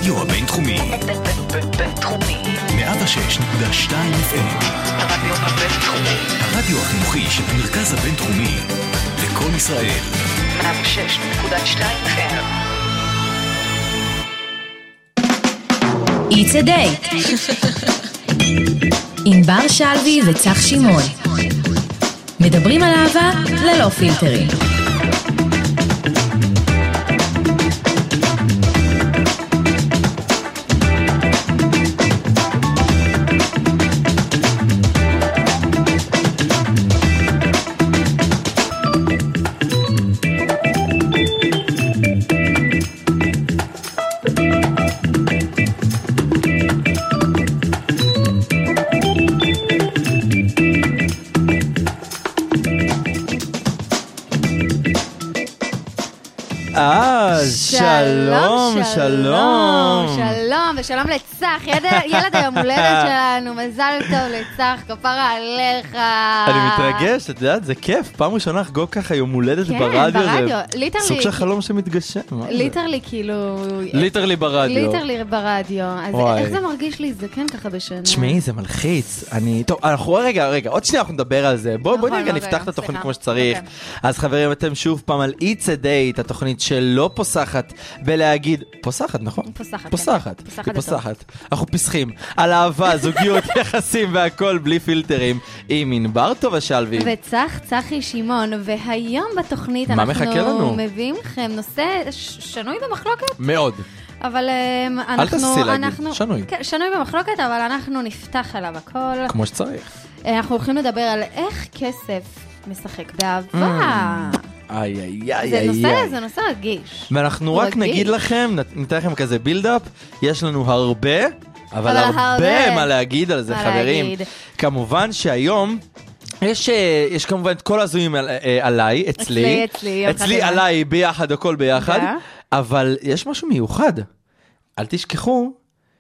הרדיו הבינתחומי. בינתחומי. 106.2 FM. הרדיו הבינתחומי. הרדיו החינוכי של המרכז הבינתחומי. לכל ישראל. 106.2 FM. It's a Date עם בר שלוי וצח שמעון. מדברים על אהבה ללא פילטרים. שלום, שלום. שלום, ושלום לצח, ילד היום הולדת שלנו, מזל טוב לצח, כפרה עליך. אני מתרגש, את יודעת, זה כיף, פעם ראשונה לחגוג ככה יום הולדת ברדיו, זה סוג של חלום שמתגשם. ליטרלי כאילו... ליטרלי ברדיו. ליטרלי ברדיו, אז איך זה מרגיש לי, זה כן ככה בשנה? תשמעי, זה מלחיץ. טוב, אנחנו רגע, עוד שנייה אנחנו נדבר על זה, בואי רגע נפתח את התוכנית כמו שצריך. אז חברים, אתם שוב פעם על It's a Date, התוכנית שלא פוסחת בלהגיד, פוסחת, נכון? פוסחת. אנחנו פסחים על אהבה, זוגיות, יחסים והכל בלי פילטרים, עם ענבר טובה שלוי. צחי שמעון, והיום בתוכנית אנחנו מביאים לכם נושא שנוי במחלוקת. מאוד. אבל אל תעשי להגיד, שנוי. שנוי במחלוקת, אבל אנחנו נפתח עליו הכל. כמו שצריך. אנחנו הולכים לדבר על איך כסף משחק באהבה. זה נושא רגיש. ואנחנו רק נגיד לכם, ניתן לכם כזה בילדאפ, יש לנו הרבה, אבל הרבה מה להגיד על זה, חברים. כמובן שהיום יש כמובן את כל הזויים עליי, אצלי, עליי ביחד, הכל ביחד, אבל יש משהו מיוחד. אל תשכחו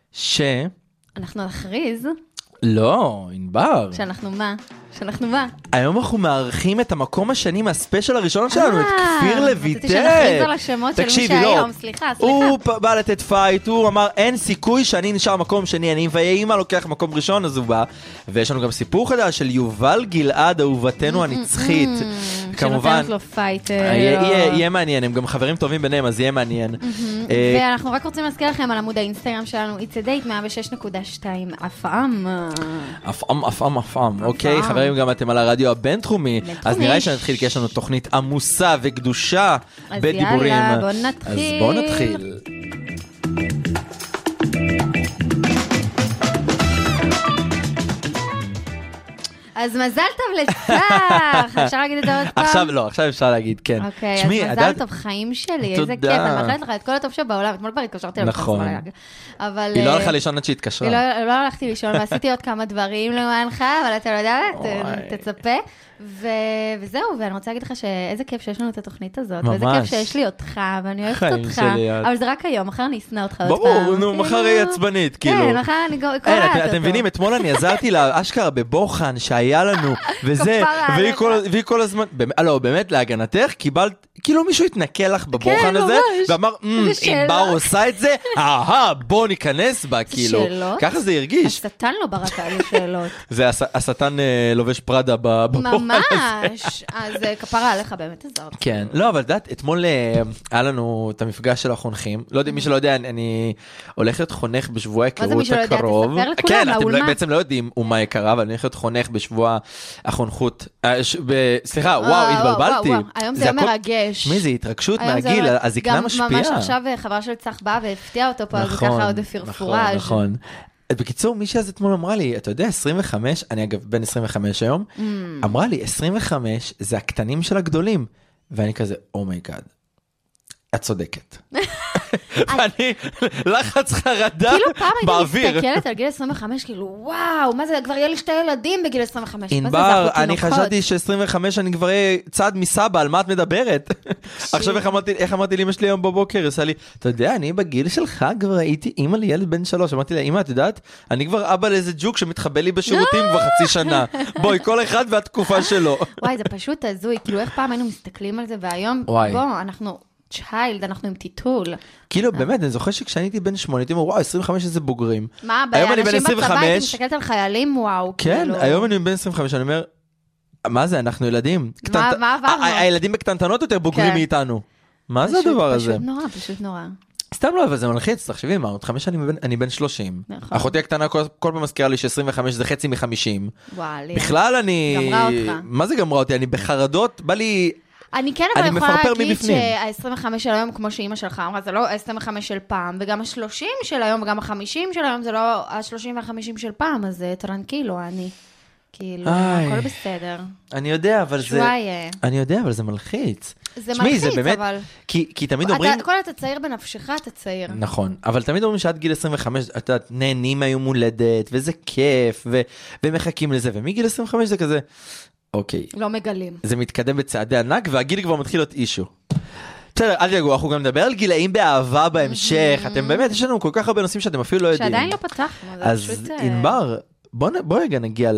אנחנו נכריז. לא, ענבר. שאנחנו מה? היום אנחנו מארחים את המקום השני מהספיישל הראשון שלנו, את כפיר לויטל. רציתי שנכריז על השמות של מי שהיום, סליחה. הוא בא לתת פייט, הוא אמר, אין סיכוי שאני נשאר מקום שני, אני ואמא לוקח מקום ראשון, אז הוא בא. ויש לנו גם סיפור חדש של יובל גלעד, אהובתנו הנצחית. שנותנת לו פייט. יהיה מעניין, הם גם חברים טובים ביניהם, אז יהיה מעניין. ואנחנו רק רוצים להזכיר לכם על עמוד האינסטגרם שלנו, It's a Date 106.2 אפעם. אפעם. אוקיי, חברים, גם אתם על הרדיו הבינתחומי, אז נראה שנתחיל, כי יש לנו תוכנית עמוסה וקדושה בדיבורים. אז יאללה, בוא נתחיל. אז מזל טוב לצח, אפשר להגיד את זה עוד פעם? עכשיו אפשר להגיד, כן. אוקיי, אז מזל טוב חיים שלי, איזה כיף, אני מאחלת לך את כל הטוב שבעולם, אתמול כבר התקשרתי לך. נכון. היא לא הלכה לישון עד שהתקשרה. לא הלכתי לישון, ועשיתי עוד כמה דברים למענך, אבל אתה לא יודעת, תצפה. וזהו, ואני רוצה להגיד לך שאיזה כיף שיש לנו את התוכנית הזאת, ואיזה כיף שיש לי אותך, ואני אוהבת אותך, אבל זה רק היום, מחר אני אסנה אותך עוד פעם. ברור, נו, מחר היא עצבנית, כאילו. כן, מחר אני קוראת אותו. אתם מבינים, אתמול אני עזרתי לה, אשכרה בבוחן שהיה לנו, וזה, והיא כל הזמן, לא, באמת, להגנתך, קיבלת, כאילו מישהו התנקל לך בבוחן הזה, ואמר, אם בר עושה את זה, בוא ניכנס בה, כאילו. ככה זה הרגיש. השטן לא ברק על שאלות. זה השטן לובש פרדה בבוחן. ממש, אז כפרה עליך באמת עזרת. כן, לא, אבל דעת, אתמול היה לנו את המפגש של החונכים, לא יודע, מי שלא יודע, אני הולך להיות חונך בשבוע ההיכרות הקרוב. תספר לכולם, כן, אתם בעצם לא יודעים מה יקרה, אבל אני הולך להיות חונך בשבוע החונכות, סליחה, וואו, התבלבלתי. היום זה מרגש. מי זה, התרגשות מהגיל, הזקנה משפיעה. גם ממש עכשיו חברה של צח באה והפתיע אותו פה, אז הוא ככה עוד פרפורז'. נכון. בקיצור, מישהי אז אתמול אמרה לי, אתה יודע, 25, אני אגב בן 25 היום, אמרה לי, 25 זה הקטנים של הגדולים. ואני כזה, אומייגאד, את צודקת. ואני לחץ חרדה כאילו פעם באוויר. הייתי מסתכלת על גיל 25, כאילו, וואו, מה זה, כבר יהיה לי שתי ילדים בגיל 25. ענבר, אני חשבתי ש-25 אני כבר אהיה צעד מסבא, על מה את מדברת? עכשיו איך אמרתי לאמא שלי היום בבוקר, עושה לי, אתה יודע, אני בגיל שלך כבר הייתי אימא לילד בן 3, אמרתי לה, אימא, את יודעת, אני כבר אבא לאיזה ג'וק שמתחבא לי בשירותים כבר חצי שנה. בואי, כל אחד והתקופה שלו. וואי, זה פשוט הזוי, כאילו איך פעם היינו מסתכלים על זה, והיום, בוא, אנחנו צ'יילד, אנחנו עם טיטול. כאילו, באמת, אני זוכר שכשאני הייתי בן 8, הייתי אומר, וואו, 25 איזה בוגרים. מה, אנשים בצבא, הייתי מסתכלת על חיילים, וואו. כן, היום אני בן 25, אני אומר, מה זה, אנחנו ילדים. מה עברנו? הילדים בקטנטנות יותר בוגרים מאיתנו. מה זה הדבר הזה? פשוט נורא. סתם לא, אבל זה מלחיץ, תחשבי, מה, עוד 5 שנים אני בן 30. אחותי הקטנה כל פעם מזכירה לי ש25 זה חצי מ-50. בכלל אני... גמרה אותך. מה זה גמרה אותי? אני בחרדות, בא לי... אני כן אבל יכולה להגיד שה-25 של היום, כמו שאימא שלך אמרה, זה לא ה-25 של פעם, וגם ה-30 של היום, וגם ה-50 של היום, זה לא ה-30 וה-50 של פעם, אז טרנקילו, אני... כאילו, הכל בסדר. אני יודע, אבל זה... אני יודע, אבל זה מלחיץ. זה מלחיץ, אבל... כי תמיד אומרים... כל אתה צעיר בנפשך, אתה צעיר. נכון, אבל תמיד אומרים שעד גיל 25, אתה נהנים מהיום הולדת, וזה כיף, ומחכים לזה, ומגיל 25 זה כזה... אוקיי. לא מגלים. זה מתקדם בצעדי ענק, והגיל כבר מתחיל להיות אישו. בסדר, אל תדאגו, אנחנו גם נדבר על גילאים באהבה בהמשך. אתם באמת, יש לנו כל כך הרבה נושאים שאתם אפילו לא יודעים. שעדיין לא פתחנו, זה פשוט... אז ענבר, בוא רגע נגיע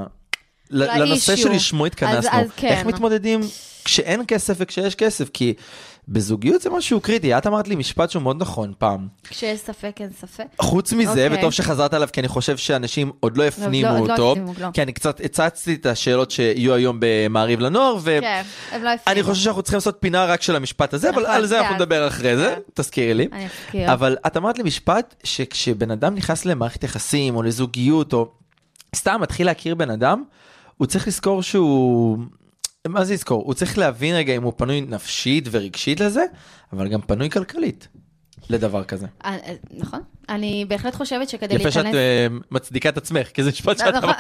לנושא שלשמו התכנסנו. איך מתמודדים כשאין כסף וכשיש כסף? כי בזוגיות זה משהו קריטי. את אמרת לי משפט שהוא מאוד נכון פעם. כשיש ספק, אין ספק. חוץ מזה, וטוב שחזרת עליו, כי אני חושב שאנשים עוד לא הפנימו אותו. כי אני קצת הצצתי את השאלות שיהיו היום במעריב לנוער, ואני חושב שאנחנו צריכים לעשות פינה רק של המשפט הזה, אבל על זה אנחנו נדבר אחרי זה, תזכירי לי. אבל את אמרת לי משפט שכשבן אדם נכנס למערכת יחסים, או לזוגיות, או סתם מתחיל להכיר בן אדם, הוא צריך לזכור שהוא... מה זה לזכור? הוא צריך להבין רגע אם הוא פנוי נפשית ורגשית לזה, אבל גם פנוי כלכלית לדבר כזה. נכון. אני בהחלט חושבת שכדי להיכנס... יפה שאת מצדיקה את עצמך, כי זה משפט שאת אמרת.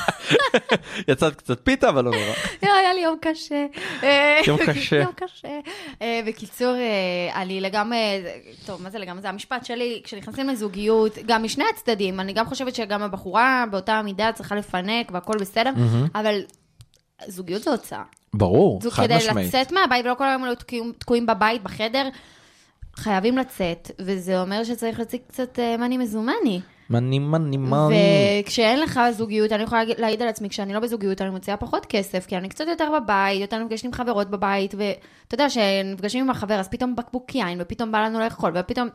יצאת קצת פיתה, אבל לא נורא. היה לי יום קשה. יום קשה. יום קשה. בקיצור, אני לגמרי... טוב, מה זה לגמרי? זה המשפט שלי, כשנכנסים לזוגיות, גם משני הצדדים, אני גם חושבת שגם הבחורה באותה המידה צריכה לפנק, והכל בסדר, אבל זוגיות זה הוצאה. ברור, חד משמעית. כדי לצאת מהבית, ולא כל היום לא תקועים בבית, בחדר, חייבים לצאת, וזה אומר שצריך להציג קצת מני מזומני. מני. וכשאין לך זוגיות, אני יכולה להעיד על עצמי, כשאני לא בזוגיות, אני מוציאה פחות כסף, כי אני קצת יותר בבית, יותר נפגשת עם חברות בבית, ואתה יודע שנפגשים עם החבר, אז פתאום בקבוק יין, ופתאום בא לנו לאכול, ופתאום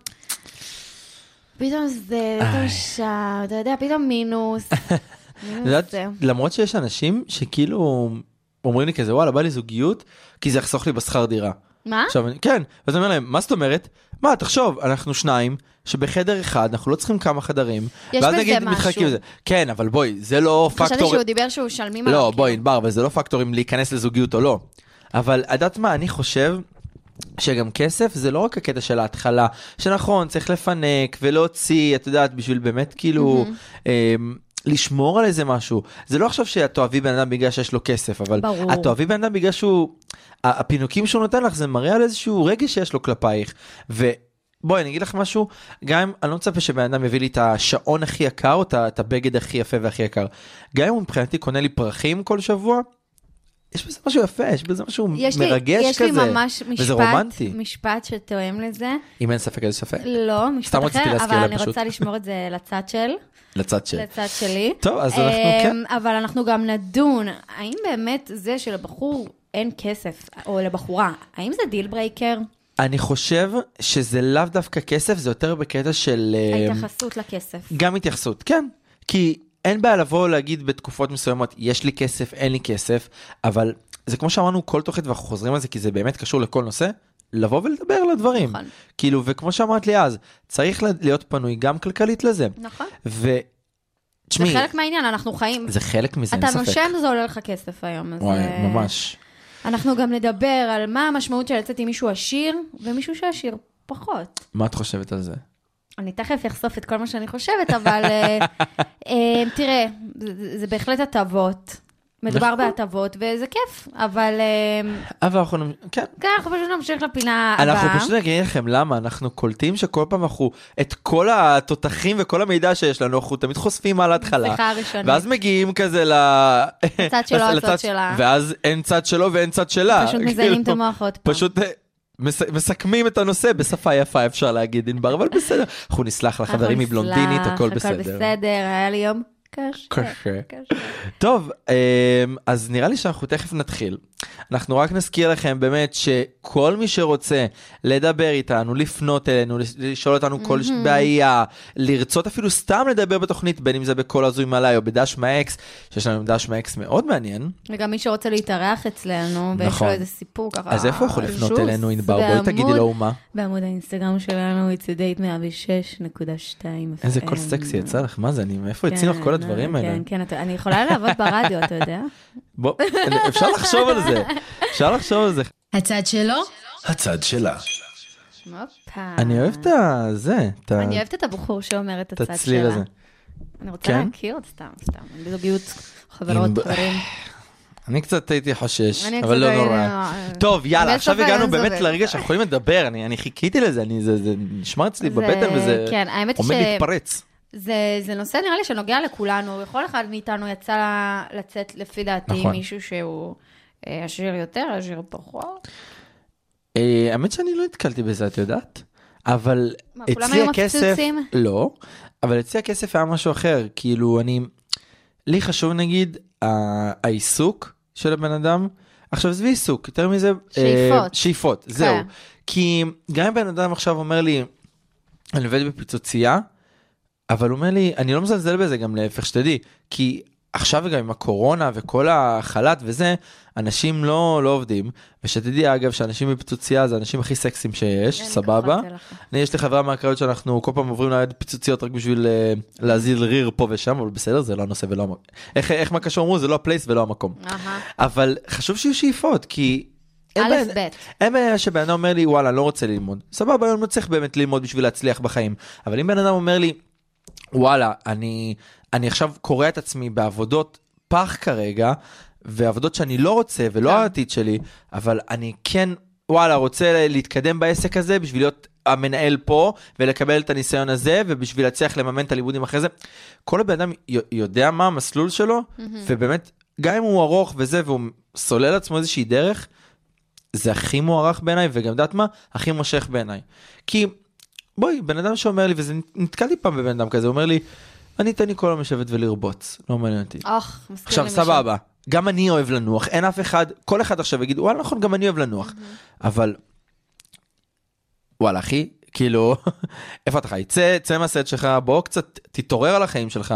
זה תושה, אתה יודע, פתאום מינוס. למרות שיש אנשים שכאילו אומרים לי כזה, וואלה, בא לי זוגיות, כי זה יחסוך לי בשכר דירה. מה? כן, אז אני אומר להם, מה זאת אומרת? מה, תחשוב, אנחנו שניים, שבחדר אחד, אנחנו לא צריכים כמה חדרים. יש בזה משהו. כן, אבל בואי, זה לא פקטור... חשבתי שהוא דיבר שהוא שלמים עליו. לא, בואי, בר, אבל זה לא פקטור אם להיכנס לזוגיות או לא. אבל יודעת מה, אני חושב שגם כסף זה לא רק הקטע של ההתחלה, שנכון, צריך לפנק ולהוציא, את יודעת, בשביל באמת כאילו... לשמור על איזה משהו. זה לא עכשיו שאת תאהבי בן אדם בגלל שיש לו כסף, אבל את תאהבי בן אדם בגלל שהוא, הפינוקים שהוא נותן לך, זה מראה על איזשהו רגש שיש לו כלפייך. ובואי, אני אגיד לך משהו, גם אם אני לא מצפה שבן אדם יביא לי את השעון הכי יקר, או את הבגד הכי יפה והכי יקר. גם אם הוא מבחינתי קונה לי פרחים כל שבוע, יש בזה משהו יפה, יש בזה משהו מרגש כזה. יש לי ממש משפט שתואם לזה. אם אין ספק, איזה ספק. לא, משפט אחר, אבל אני רוצה לשמור את זה לצד שלי. טוב, אז אנחנו כן. אבל אנחנו גם נדון, האם באמת זה שלבחור אין כסף, או לבחורה, האם זה דיל ברייקר? אני חושב שזה לאו דווקא כסף, זה יותר בקטע של... ההתייחסות לכסף. גם התייחסות, כן. כי אין בעיה לבוא להגיד בתקופות מסוימות, יש לי כסף, אין לי כסף, אבל זה כמו שאמרנו כל תוכנית, ואנחנו חוזרים על זה, כי זה באמת קשור לכל נושא, לבוא ולדבר על הדברים. נכון. כאילו, וכמו שאמרת לי אז, צריך להיות פנוי גם כלכלית לזה. נכון. תשמעי, זה חלק מהעניין, אנחנו חיים... זה חלק מזה, אין ספק. אתה נושם, זה עולה לך כסף היום. וואי, ממש. אנחנו גם נדבר על מה המשמעות של לצאת עם מישהו עשיר, ומישהו שעשיר פחות. מה את חושבת על זה? אני תכף אחשוף את כל מה שאני חושבת, אבל תראה, זה בהחלט הטבות. מדובר בהטבות, וזה כיף, אבל אנחנו, כן. כן, אנחנו פשוט נמשיך לפינה הבאה. אנחנו פשוט נגיד לכם למה, אנחנו קולטים שכל פעם אנחנו, את כל התותחים וכל המידע שיש לנו, אנחנו תמיד חושפים על ההתחלה. שיחה ראשונית. ואז מגיעים כזה לצד שלו, הצד שלה. ואז אין צד שלו ואין צד שלה. פשוט מזיינים את המוח עוד פעם. פשוט מסכמים את הנושא בשפה יפה, אפשר להגיד, ענבר, אבל בסדר. אנחנו נסלח לחברים מבלונדינית, הכל בסדר. הכל בסדר, היה לי יום קשה. טוב, אז נראה לי שאנחנו תכף נתחיל. אנחנו רק נזכיר לכם באמת שכל מי שרוצה לדבר איתנו, לפנות אלינו, לשאול אותנו כל בעיה, לרצות אפילו סתם לדבר בתוכנית, בין אם זה בכל הזוי מעלי או בדש מהאקס, שיש לנו דש מהאקס מאוד מעניין. וגם מי שרוצה להתארח אצלנו, ויש לו איזה סיפור ככה. אז איפה יכול לפנות אלינו, ענבר? בואי תגידי לו מה. בעמוד האינסטגרם שלנו, איצדייט 106.2. איזה קול סקסי יצא לך, מה זה? מאיפה הצינו לך כל הדברים האלה? כן, אני יכולה לעבוד ברדיו, אתה יודע? בוא, אפשר לחשוב על זה. אפשר לחשוב על זה. הצד שלו? הצד שלה. אני אוהב את זה. אני אוהבת את הבחור שאומר את הצד שלה. אני רוצה להכיר עוד סתם. בזוגיות חברות דברים. אני קצת הייתי חושש, אבל לא נורא. טוב, יאללה, עכשיו הגענו באמת לרגע שאנחנו יכולים לדבר, אני חיכיתי לזה, זה נשמע אצלי בבטן וזה עומד להתפרץ. זה נושא נראה לי שנוגע לכולנו, וכל אחד מאיתנו יצא לצאת לפי דעתי מישהו שהוא עשיר יותר, עשיר פחות. האמת שאני לא התקלתי בזה, את יודעת? אבל אצלי הכסף, לא, אבל אצלי הכסף היה משהו אחר, כאילו לי חשוב נגיד, העיסוק של הבן אדם, עכשיו זה עיסוק, יותר מזה, שאיפות, זהו. כי גם אם בן אדם עכשיו אומר לי, אני עובד בפיצוצייה, אבל הוא אומר לי, אני לא מזלזל בזה גם להפך שתדעי, כי עכשיו גם עם הקורונה וכל החל"ת וזה, אנשים לא עובדים, ושתדעי אגב שאנשים בפיצוצייה זה האנשים הכי סקסיים שיש, סבבה. יש לי חברה מהקריות שאנחנו כל פעם עוברים ליד פיצוציות רק בשביל להזיל ריר פה ושם, אבל בסדר, זה לא הנושא ולא המקום. איך מה קשור אמרו, זה לא הפלייס ולא המקום. אבל חשוב שיהיו שאיפות, כי אין בעיה שבן אדם אומר לי, וואלה, לא רוצה ללמוד. סבבה, אני לא צריך באמת ללמוד בשביל להצליח בחיים. אבל אם בן אדם אומר לי, וואלה, אני עכשיו קורא את עצמי בעבודות פח כרגע, ועבודות שאני לא רוצה ולא העתיד שלי, אבל אני כן, וואלה, רוצה להתקדם בעסק הזה בשביל להיות המנהל פה, ולקבל את הניסיון הזה, ובשביל להצליח לממן את הלימודים אחרי זה. כל הבן אדם יודע מה המסלול שלו, ובאמת, גם אם הוא ארוך וזה, והוא סולל עצמו איזושהי דרך, זה הכי מוערך בעיניי, וגם דעת מה, הכי מושך בעיניי. כי, בואי, בן אדם שאומר לי, וזה נתקלתי פעם בבן אדם כזה, הוא אומר לי, אני אתן לי כל היום לשבת ולרבוץ, לא מעניין אותי. עכשיו, סבבה, גם אני אוהב לנוח, אין אף אחד, כל אחד עכשיו יגיד, וואלה, נכון, גם אני אוהב לנוח. אבל, וואלה, אחי, כאילו, איפה אתה חי? צא מהסט שלך, בוא קצת תתעורר על החיים שלך,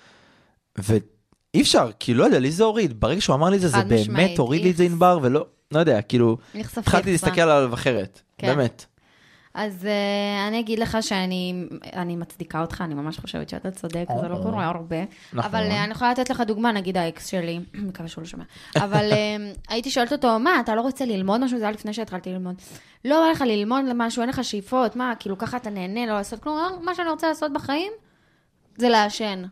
ואי אפשר, כאילו, לא יודע, לי זה הוריד, ברגע שהוא אמר לי זה, זה באמת הוריד לי את זה ענבר, ולא, לא יודע, כאילו, התחלתי להסתכל עליו אחרת, באמת. אז אני אגיד לך שאני מצדיקה אותך, אני ממש חושבת שאתה צודק, זה לא קורה הרבה, אבל אני יכולה לתת לך דוגמה, נגיד האקס שלי, מקווה שהוא לא שומע, אבל הייתי שואלת אותו, מה, אתה לא רוצה ללמוד משהו? זה היה לפני שהתחלתי ללמוד. לא בא לך ללמוד משהו, אין לך שאיפות, מה, כאילו ככה אתה נהנה, לא לעשות כלום, מה שאני רוצה לעשות בחיים, זה לעשן.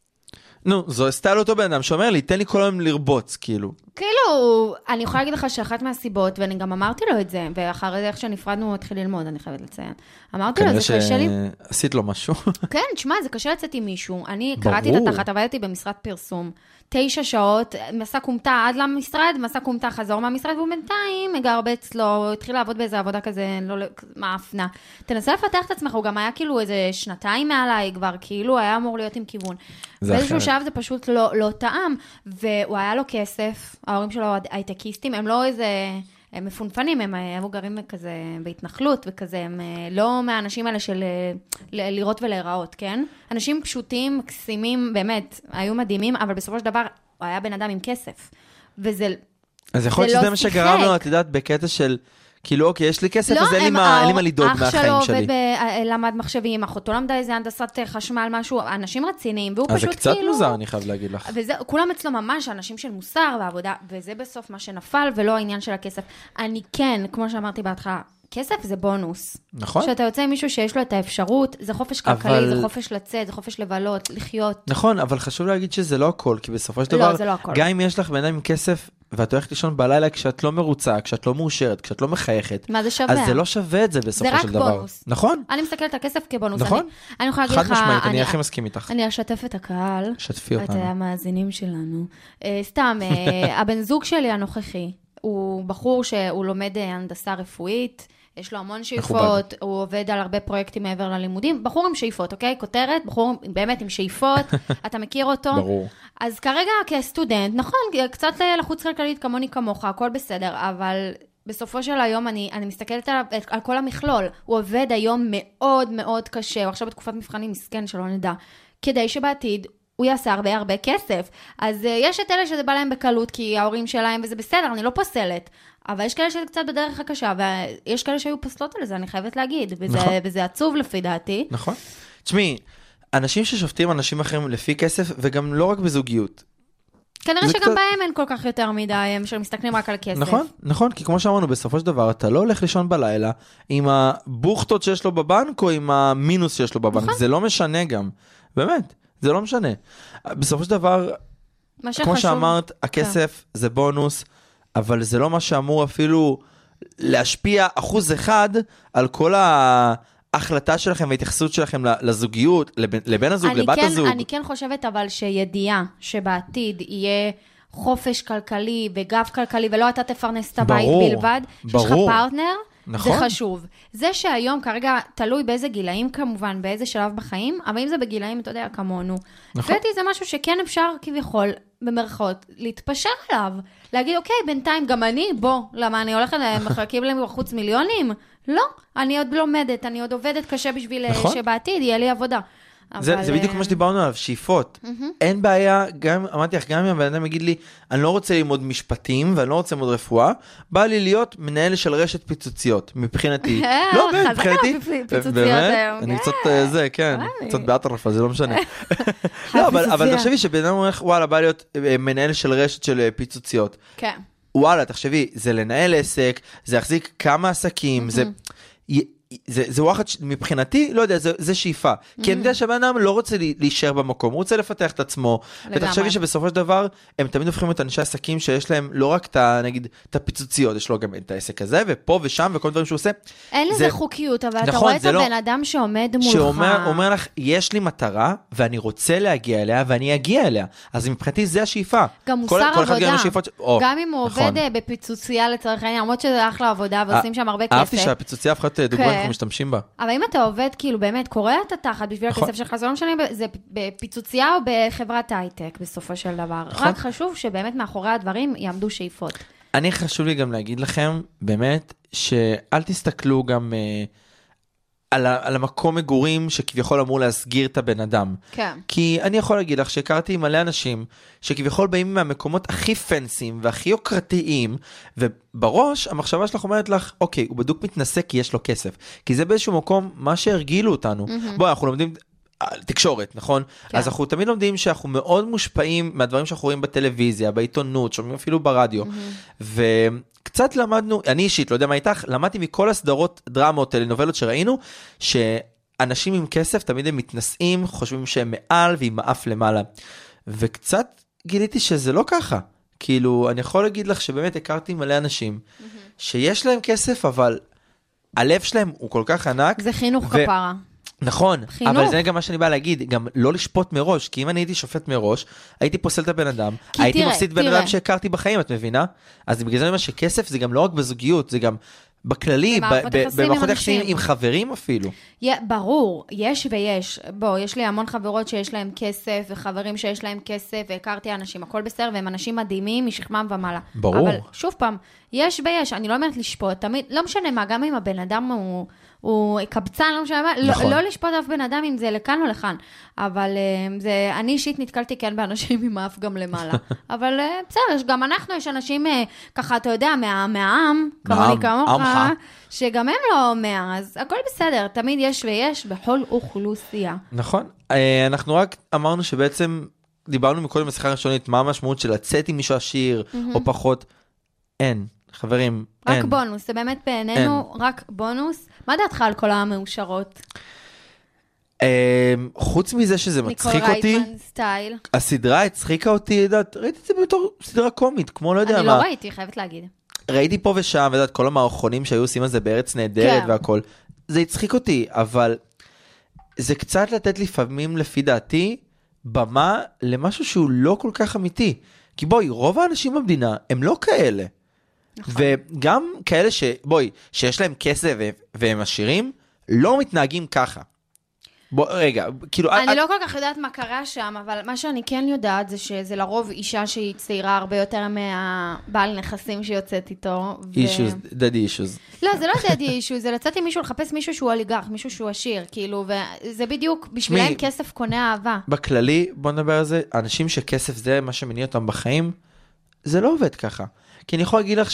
נו, זו סטייל אותו בן אדם שאומר לי, תן לי כל היום לרבוץ, כאילו. כאילו, אני יכולה להגיד לך שאחת מהסיבות, ואני גם אמרתי לו את זה, ואחרי זה איך שנפרדנו, הוא התחיל ללמוד, אני חייבת לציין. אמרתי לו, זה קשה לי... עשית לו משהו. כן, תשמע, זה קשה לצאת עם מישהו. אני קראתי את התחת, עבדתי במשרד פרסום, 9 שעות, מסע קומתה עד למשרד, מסע קומתה חזור מהמשרד, והוא בינתיים הגר הרבה אצלו, התחיל לעבוד באיזה עבודה כזה, לא מאפנה. תנסה לפתח את עצמך, הוא גם היה כאילו איזה 2 מעליי כבר, כאילו היה אמור להיות עם כיוון. באיזשהו שעה זה פשוט לא טעם, והוא היה לו כסף, ההורים שלו הייטקיסטים, הם לא איזה... הם מפונפנים, הם גרים כזה בהתנחלות, וכזה, הם לא מהאנשים האלה של לראות ולהיראות, כן? אנשים פשוטים, מקסימים, באמת, היו מדהימים, אבל בסופו של דבר, הוא היה בן אדם עם כסף. וזה אז יכול להיות שזה מה שגרם לו, את יודעת, בקטע של... כאילו, אוקיי, יש לי כסף, אז אין לי מה לדאוג מהחיים שלי. אח שלו למד מחשבים, אחותו למדה איזה הנדסת חשמל, משהו, אנשים רציניים, והוא פשוט כאילו... אז זה קצת מוזר, אני חייב להגיד לך. כולם אצלו ממש אנשים של מוסר ועבודה, וזה בסוף מה שנפל, ולא העניין של הכסף. אני כן, כמו שאמרתי בהתחלה, כסף זה בונוס. נכון. שאתה יוצא עם מישהו שיש לו את האפשרות, זה חופש כלכלי, זה חופש לצאת, זה חופש לבלות, לחיות. נכון, אבל חשוב להגיד שזה לא הכל, כי בסופו של דבר, גם אם יש לך בן אדם עם כסף, ואת הולכת לישון בלילה כשאת לא מרוצה, כשאת לא מאושרת, כשאת לא מחייכת. מה זה שווה? אז זה לא שווה את זה בסופו של דבר. זה רק בונוס. נכון. אני מסתכלת את הכסף כבונוס. נכון. אני יכולה להגיד לך... חד משמעית, אני הכי מסכים איתך. אני אשתף את הקהל. שתפי אותנו. את המאזינים שלנו. סתם, הבן זוג שלי הנוכחי, הוא בחור שהוא לומד הנדסה רפואית, יש לו המון שאיפות, הוא עובד על הרבה פרויקטים מעבר ללימודים, בחור עם שאיפות, אוקיי? כותרת, בחור באמת עם שאיפות, אתה מכיר אותו? ברור. אז כרגע כסטודנט, נכון, קצת לחוץ כלכלית כמוני כמוך, הכל בסדר, אבל בסופו של היום אני מסתכלת על כל המכלול, הוא עובד היום מאוד מאוד קשה, הוא עכשיו בתקופת מבחנים מסכן שלא נדע, כדי שבעתיד הוא יעשה הרבה כסף. אז יש את אלה שזה בא להם בקלות, כי ההורים שלהם, וזה בסדר, אני לא פוסלת. אבל יש כאלה שזה קצת בדרך הקשה, ויש כאלה שהיו פוסלות על זה, אני חייבת להגיד. וזה עצוב לפי דעתי. נכון. תשמעי, אנשים ששופטים אנשים אחרים לפי כסף, וגם לא רק בזוגיות. כנראה שגם בהם אין כל כך יותר מדי, הם שמסתכלים רק על כסף. נכון, כי כמו שאמרנו, בסופו של דבר, אתה לא הולך לישון בלילה עם הבוכטות שיש לו בבנק, או עם המינוס שיש לו בבנק. זה לא משנה גם. באמת. זה לא משנה. בסופו של דבר, כמו שאמרת, הכסף זה בונוס, אבל זה לא מה שאמור אפילו להשפיע 1% על כל ההחלטה שלכם וההתייחסות שלכם לזוגיות, לבן הזוג, לבת הזוג. אני כן חושבת אבל שידיעה שבעתיד יהיה חופש כלכלי וגב כלכלי, ולא אתה תפרנס את הבית בלבד, שיש לך פרטנר, נכון. זה חשוב. זה שהיום כרגע תלוי באיזה גילאים כמובן, באיזה שלב בחיים, אבל אם זה בגילאים, אתה יודע, כמונו. נכון. זה משהו שכן אפשר כביכול, במרכאות, להתפשר עליו. להגיד, אוקיי, בינתיים גם אני, בוא, למה אני הולכת, מחלקים להם בחוץ מיליונים? לא, אני עוד לומדת, אני עוד עובדת קשה בשביל נכון. שבעתיד יהיה לי עבודה. זה בדיוק כמו שדיברנו עליו, שאיפות. אין בעיה, אמרתי לך, גם אם הבן אדם יגיד לי, אני לא רוצה ללמוד משפטים, ואני לא רוצה ללמוד רפואה, בא לי להיות מנהל של רשת פיצוציות, מבחינתי. לא, מבחינתי. באמת, אני קצת זה, כן, קצת באטרפה, זה לא משנה. לא, אבל תחשבי שבן אדם אומר, וואלה, בא להיות מנהל של רשת של פיצוציות. כן. וואלה, תחשבי, זה לנהל עסק, זה יחזיק כמה עסקים, זה וואחד מבחינתי, לא יודע, זה שאיפה. כי אני יודע שהבן אדם לא רוצה להישאר במקום, הוא רוצה לפתח את עצמו. ותחשבי שבסופו של דבר, הם תמיד הופכים את אנשי עסקים שיש להם לא רק נגיד, את הפיצוציות, יש לו גם את העסק הזה, ופה ושם, וכל דברים שהוא עושה. אין לזה חוקיות, אבל אתה רואה את הבן אדם שעומד מולך. שאומר לך, יש לי מטרה, ואני רוצה להגיע אליה, ואני אגיע אליה. אז מבחינתי זה השאיפה. גם מוסר עבודה. גם אם הוא עובד בפיצוצייה לצורך העניין, למרות שזה אחלה עבודה, ועושים שם הרבה כסף. אהבתי שהפיצוצייה הפכה להיות דוגמה אנחנו משתמשים בה. אבל אם אתה עובד כאילו באמת קורא את התחת בשביל הכסף שלך, זה לא משנה, זה בפיצוצייה או בחברת הייטק בסופו של דבר. רק חשוב שבאמת מאחורי הדברים יעמדו שאיפות. אני חשוב לי גם להגיד לכם, באמת, שאל תסתכלו גם על המקום מגורים שכביכול אמור להסגיר את הבן אדם. כן. כי אני יכול להגיד לך שהכרתי מלא אנשים שכביכול באים מהמקומות הכי פנסיים והכי יוקרתיים, ובראש המחשבה שלך אומרת לך, אוקיי, הוא בדוק מתנסה כי יש לו כסף. כי זה באיזשהו מקום מה שהרגילו אותנו. בוא, אנחנו לומדים תקשורת, נכון? כן. אז אנחנו תמיד לומדים שאנחנו מאוד מושפעים מהדברים שאנחנו רואים בטלוויזיה, בעיתונות, שומעים אפילו ברדיו. קצת למדנו, אני אישית, לא יודע מה איתך, למדתי מכל הסדרות דרמות, טלנובלות שראינו, שאנשים עם כסף תמיד הם מתנסים, חושבים שהם מעל ועם האף למעלה. וקצת גיליתי שזה לא ככה. כאילו, אני יכול להגיד לך שבאמת הכרתי מלא אנשים, שיש להם כסף, אבל הלב שלהם הוא כל כך ענק. זה חינוך כפרה. נכון, חינוך. אבל זה גם מה שאני בא להגיד, גם לא לשפוט מראש, כי אם אני הייתי שופט מראש, הייתי פוסל את הבן אדם, הייתי מפסיד בן אדם שהכרתי בחיים, את מבינה? אז בגלל זה אני אומר שכסף זה גם לא רק בזוגיות, זה גם בכללי, במערכות יחסים עם חברים אפילו. ברור, יש ויש. בוא, יש לי המון חברות שיש להם כסף, וחברים שיש להם כסף, והכרתי אנשים, הכל בסדר, והם אנשים מדהימים, משכמם ומעלה. ברור. אבל שוב פעם, יש ויש, אני לא אומרת לשפוט, תמיד, לא משנה מה, גם אם הבן אדם הוא קבצן, לא משנה מה, נכון. לא לשפוט אף בן אדם אם זה לכאן או לכאן, אבל אני אישית נתקלתי כן באנשים עם אף גם למעלה, אבל בסדר, גם אנחנו יש אנשים ככה, אתה יודע, מהעם, כמוני כמוך, שגם הם לא 100, אז הכל בסדר, תמיד יש ויש בכל אוכלוסייה. נכון, אנחנו רק אמרנו שבעצם דיברנו מקודם בשיחה ראשונית, מה המשמעות של לצאת עם מישהו עשיר או פחות, אין. חברים, אין. רק בונוס, זה באמת בעינינו רק בונוס. מה דעתך על כל המאושרות? חוץ מזה שזה מצחיק אותי, הסדרה הצחיקה אותי, ראיתי את זה בתור סדרה קומית, כמו לא יודע מה. אני לא ראיתי, חייבת להגיד. ראיתי פה ושם, ודעת, כל המערכונים שהיו עושים על זה בארץ נהדרת והכל. זה הצחיק אותי, אבל זה קצת לתת לפעמים, לפי דעתי, במה למשהו שהוא לא כל כך אמיתי. כי בואי, רוב האנשים במדינה הם לא כאלה. וגם כאלה שיש להם כסף והם עשירים, לא מתנהגים ככה. רגע, כאילו... אני לא כל כך יודעת מה קרה שם, אבל מה שאני כן יודעת זה שזה לרוב אישה שהיא צעירה הרבה יותר מהבעל נכסים שיוצאת איתו. issues, daddy issues. לא, זה לא daddy issues, זה לצאת עם מישהו לחפש מישהו שהוא אוליגרך, מישהו שהוא עשיר, כאילו, וזה בדיוק, בשבילם כסף קונה אהבה. בכללי, בוא נדבר על זה, אנשים שכסף זה מה שמניע אותם בחיים, זה לא עובד ככה. כי אני יכול להגיד לך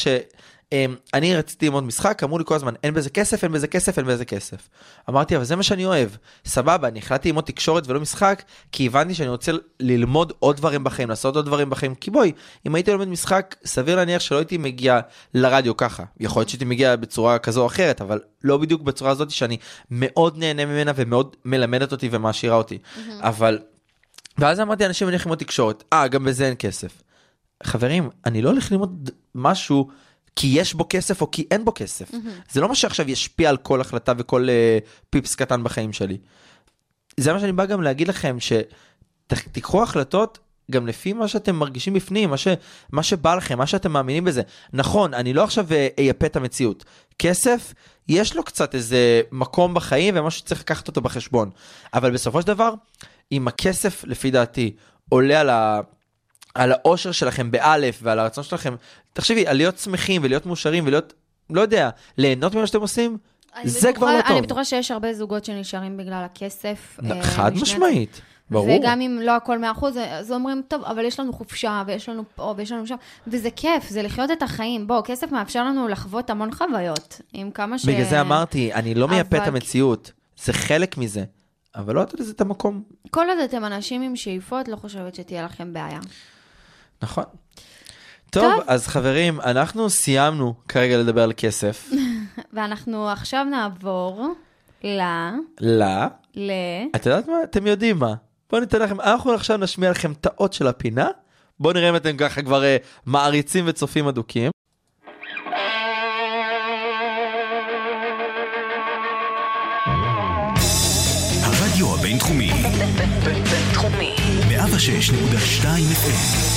אני רציתי ללמוד משחק, אמרו לי כל הזמן, אין בזה כסף, אין בזה כסף, אין בזה כסף. אמרתי, אבל זה מה שאני אוהב. סבבה, אני החלטתי ללמוד תקשורת ולא משחק, כי הבנתי שאני רוצה ללמוד עוד דברים בחיים, לעשות עוד דברים בחיים. כי בואי, אם הייתי ללמד משחק, סביר להניח שלא הייתי מגיע לרדיו ככה. יכול להיות שהייתי מגיע בצורה כזו או אחרת, אבל לא בדיוק בצורה הזאת שאני מאוד נהנה ממנה ומאוד מלמדת אותי ומעשירה אותי. אבל, ואז אמרתי, אנשים הולכים ללמוד תקשורת. גם בזה אין כסף. חברים, אני לא הולך ללמוד משהו כי יש בו כסף או כי אין בו כסף. זה לא מה שעכשיו ישפיע על כל החלטה וכל פיפס קטן בחיים שלי. זה מה שאני בא גם להגיד לכם, שתיקחו החלטות גם לפי מה שאתם מרגישים בפנים, מה שבא לכם, מה שאתם מאמינים בזה. נכון, אני לא עכשיו אייפה את המציאות. כסף, יש לו קצת איזה מקום בחיים, ומשהו שצריך לקחת אותו בחשבון. אבל בסופו של דבר, אם הכסף, לפי דעתי, עולה על האושר שלכם באלף, ועל הרצון שלכם, תחשבי, על להיות שמחים ולהיות מאושרים ולהיות, לא יודע, ליהנות ממה שאתם עושים, זה כבר לא טוב. אני בטוחה שיש הרבה זוגות שנשארים בגלל הכסף. חד משמעית, ברור. וגם אם לא הכל 100%, אז אומרים, טוב, אבל יש לנו חופשה, ויש לנו פה, ויש לנו שם, וזה כיף, זה לחיות את החיים. בוא, כסף מאפשר לנו לחוות המון חוויות, עם כמה בגלל זה אמרתי, אני לא מייפה את המציאות, זה חלק מזה, אבל לא יודעת לזה את המקום. כל עוד אתם אנשים עם שאיפות, לא חושבת שתהיה לכם בעיה. נכון. טוב, אז חברים, אנחנו סיימנו כרגע לדבר על כסף. ואנחנו עכשיו נעבור את יודעת מה? אתם יודעים מה. בואו ניתן לכם, אנחנו עכשיו נשמיע לכם תאות של הפינה. בואו נראה אם אתם ככה כבר מעריצים וצופים אדוקים. הרדיו הבינתחומי. בינתחומי. 106.2 FM.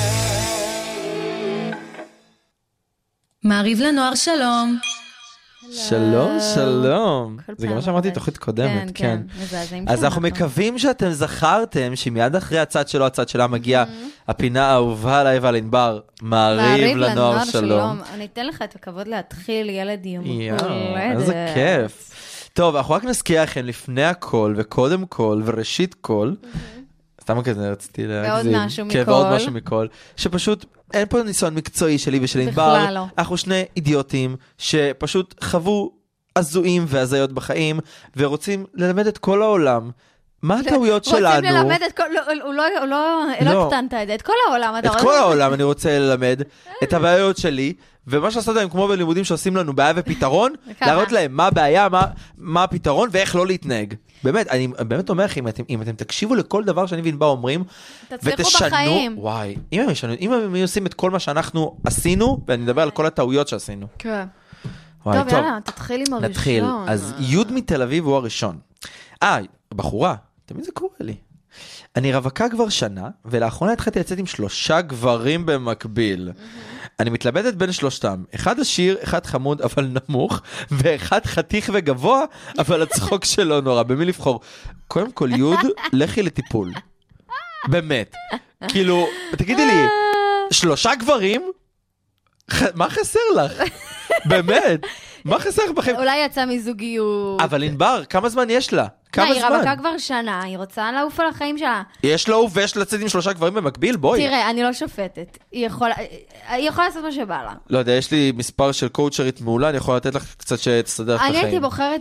מעריב לנוער שלום. שלום, שלום. זה גם מה שאמרתי תוכנית קודמת, כן. אז אנחנו מקווים שאתם זכרתם שמיד אחרי הצד שלו, הצד שלה מגיע הפינה האהובה עליי ועל ענבר, מעריב לנוער שלום. אני אתן לך את הכבוד להתחיל, ילד יום הולדת. איזה כיף. טוב, אנחנו רק נזכיר לכם לפני הכל וקודם כל וראשית כל, סתם כזה רציתי להגזים. ועוד משהו מכל. כן, ועוד משהו מכל. שפשוט אין פה ניסיון מקצועי שלי ושל ענבר. בכלל לא. אנחנו שני אידיוטים שפשוט חוו הזויים והזיות בחיים, ורוצים ללמד את כל העולם. מה הטעויות שלנו? רוצים ללמד את כל... לא הקטנת את זה. את כל העולם. את כל העולם אני רוצה ללמד את הבעיות שלי, ומה שעשות להם כמו בלימודים שעושים לנו בעיה ופתרון, להראות להם מה הבעיה, מה הפתרון ואיך לא להתנהג. באמת, אני באמת אומר לכם, אם אתם תקשיבו לכל דבר שאני וענבר אומרים, ותשנו, וואי, אם הם עושים את כל מה שאנחנו עשינו, ואני מדבר על כל הטעויות שעשינו. כן. טוב, יאללה, תתחיל עם הראשון. נתחיל. אז יוד מתל אביב הוא הראשון. בחורה, תמיד זה קורה לי. אני רווקה כבר שנה, ולאחרונה התחלתי לצאת עם 3 גברים במקביל. אני מתלבטת בין שלושתם. אחד עשיר, אחד חמוד, אבל נמוך, ואחד חתיך וגבוה, אבל הצחוק שלו נורא. במי לבחור? קודם כל, יוד, לכי לטיפול. באמת. כאילו, תגידי לי, 3 גברים? מה חסר לך? באמת. מה חסר לך בחיים? אולי יצא מזוגיות. אבל ענבר, כמה זמן יש לה? כמה זמן? היא רווקה כבר שנה, היא רוצה לעוף על החיים שלה. יש לו ויש לצאת עם 3 גברים במקביל, בואי. תראה, אני לא שופטת. היא יכולה לעשות מה שבא לה. לא יודע, יש לי מספר של קואוצ'רית מעולה, אני יכול לתת לך קצת שתסדר את החיים. אני הייתי בוחרת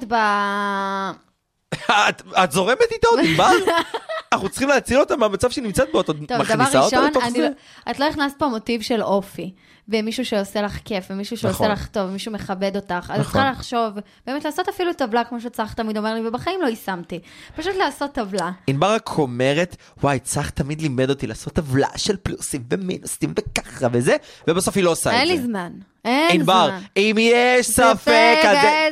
את זורמת איתה עוד, ענבר? אנחנו צריכים להציל אותה מהמצב שהיא נמצאת בו, את עוד מכניסה אותה לתוך זה? את לא הכנסת פה מוטיב של אופי, ומישהו שעושה לך כיף, ומישהו שעושה לך טוב, ומישהו מכבד אותך, אז את צריכה לחשוב, באמת לעשות אפילו טבלה, כמו שצריך תמיד אומר לי, ובחיים לא יישמתי. פשוט לעשות טבלה. ענבר רק אומרת, וואי, צריך תמיד לימד אותי לעשות טבלה של פלוסים ומינוסים וככה וזה, ובסוף היא לא עושה את זה. אין לי זמן. ענבר, אם יש ספק,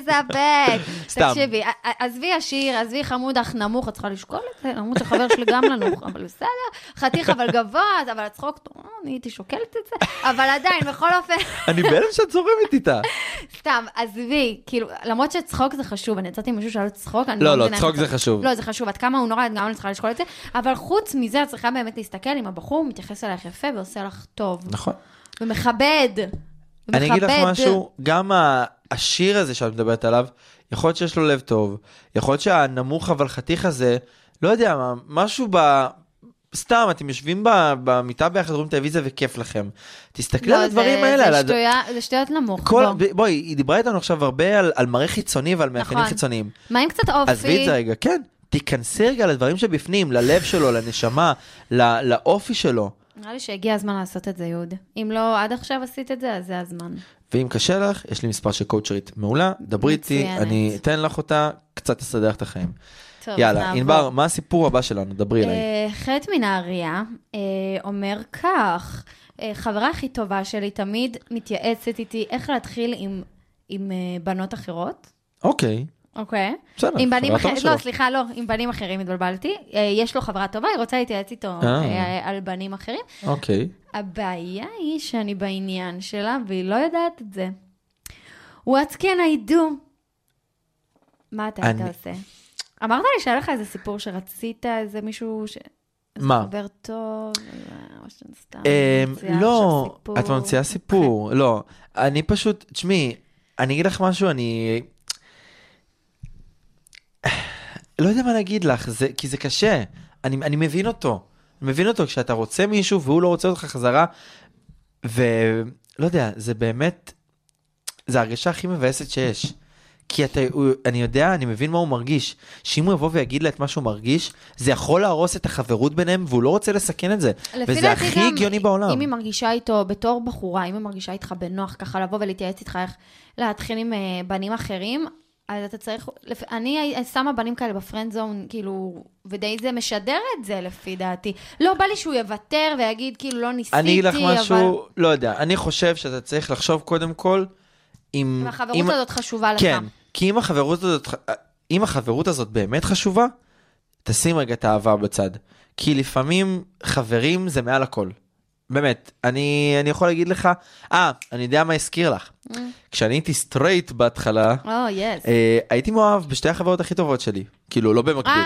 לספק. תקשיבי, עזבי עשיר, עזבי חמוד אך נמוך, את צריכה לשקול את זה, למרות שחבר שלי גם לנמוך, אבל בסדר, חתיך אבל גבוה, אבל הצחוק, אני הייתי שוקלת את זה, אבל עדיין, בכל אופן... אני בהלם שאת זורמת איתה. סתם, עזבי, כאילו, למרות שצחוק זה חשוב, אני יצאתי מישהו שאלה צחוק, לא, צחוק זה חשוב. לא, זה חשוב, עד כמה הוא נורא, גם אני צריכה לשקול את זה, אבל חוץ מזה, את צריכה באמת להסתכל אם הבחור מתייחס אלייך יפה ועושה לך טוב. נכון. ומכבד. אני אגיד לך משהו, גם השיר הזה שאת מדברת עליו, יכול להיות שיש לו לב טוב, יכול להיות שהנמוך אבל חתיך הזה, לא יודע, משהו סתם, אתם יושבים במיטה ביחד, רואים טלוויזיה וכיף לכם. תסתכלי על הדברים האלה. זה שטויות נמוך. בואי, היא דיברה איתנו עכשיו הרבה על מראה חיצוני ועל מאפיינים חיצוניים. מה עם קצת אופי? עזבי את זה רגע, כן. תיכנסי רגע לדברים שבפנים, ללב שלו, לנשמה, לאופי שלו. נראה לי שהגיע הזמן לעשות את זה, יהוד. אם לא עד עכשיו עשית את זה, אז זה הזמן. ואם קשה לך, יש לי מספר של קואוצ'רית מעולה, דברי איתי, אני אתן לך אותה, קצת תסדר את החיים. טוב, יאללה, ענבר, מה הסיפור הבא שלנו? דברי אליי. חטא מנהריה אומר כך, חברה הכי טובה שלי תמיד מתייעצת איתי איך להתחיל עם בנות אחרות. אוקיי. אוקיי. בסדר, חברה טובה שלו. לא, עם בנים אחרים התבלבלתי. יש לו חברה טובה, היא רוצה להתייעץ איתו על בנים אחרים. אוקיי. הבעיה היא שאני בעניין שלה, והיא לא יודעת את זה. What can I do? מה אתה עושה? אמרת לי שהיה לך איזה סיפור שרצית, איזה מישהו מה? חבר טוב, לא, את ממציאה סיפור. לא, אני פשוט, תשמעי, אני אגיד לך משהו, אני לא יודע מה להגיד לך, כי זה קשה. אני מבין אותו. אני מבין אותו כשאתה רוצה מישהו והוא לא רוצה אותך חזרה, ולא יודע, זה באמת, זה הרגשה הכי מבאסת שיש. כי אני יודע, אני מבין מה הוא מרגיש. שאם הוא יבוא ויגיד לה את מה שהוא מרגיש, זה יכול להרוס את החברות ביניהם, והוא לא רוצה לסכן את זה. וזה הכי הגיוני בעולם. אם היא מרגישה איתו בתור בחורה, אם היא מרגישה איתך בנוח ככה לבוא ולהתייעץ איתך איך להתחיל עם בנים אחרים, אז אתה צריך, אני שמה בנים כאלה בפרנד זון, כאילו, ודי זה משדר את זה לפי דעתי. לא בא לי שהוא יוותר ויגיד, כאילו, לא ניסיתי, אני אגיד לך משהו, לא יודע, אני חושב שאתה צריך לחשוב קודם כל, אם החברות הזאת חשובה לך. כן, כי אם החברות הזאת באמת חשובה, תשים רגע את האהבה בצד. כי לפעמים חברים זה מעל הכל. באמת, אני יכול להגיד לך, אני יודע מה הזכיר לך. כשאני הייתי סטרייט בהתחלה, הייתי מאוהב בשתי החברות הכי טובות שלי. כאילו, לא במקביל.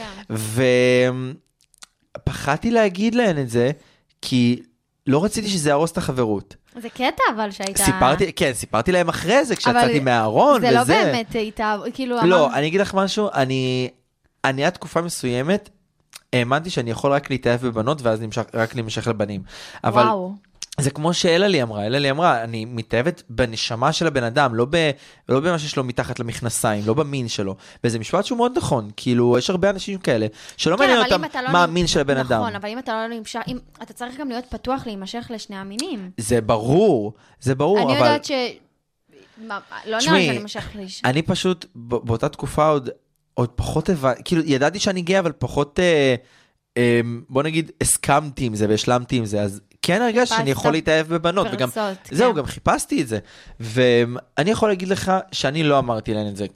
ופחדתי להגיד להן את זה, כי לא רציתי שזה ירוס את החברות. זה קטע אבל שהייתה... סיפרתי להם אחרי זה, כשיצאתי מהארון וזה. זה לא באמת הייתה, כאילו... לא, אני אגיד לך משהו, אני עד תקופה מסוימת, האמנתי שאני יכול רק להתאהב בבנות, ואז רק להימשך לבנים. אבל זה כמו שאלה לי אמרה, אני מתאהבת בנשמה של הבן אדם, לא במה שיש לו מתחת למכנסיים, לא במין שלו. וזה משפט שהוא מאוד נכון, כאילו, יש הרבה אנשים כאלה, שלא מעניין אותם מה המין של הבן אדם. נכון, אבל אם אתה לא נמשך, אתה צריך גם להיות פתוח להימשך לשני המינים. זה ברור, אבל... אני יודעת ש... לא נראה שאני נמשך לאיש. אני פשוט, באותה תקופה עוד פחות כאילו, ידעתי שאני גאה, אבל פחות, בוא נגיד, הסכמתי עם זה והשלמתי עם זה, אז כן הרגש שאני יכול להתאהב בבנות, וגם, זהו, גם חיפשתי את זה, ואני יכול להגיד לך שאני לא אמרתי להן את זה,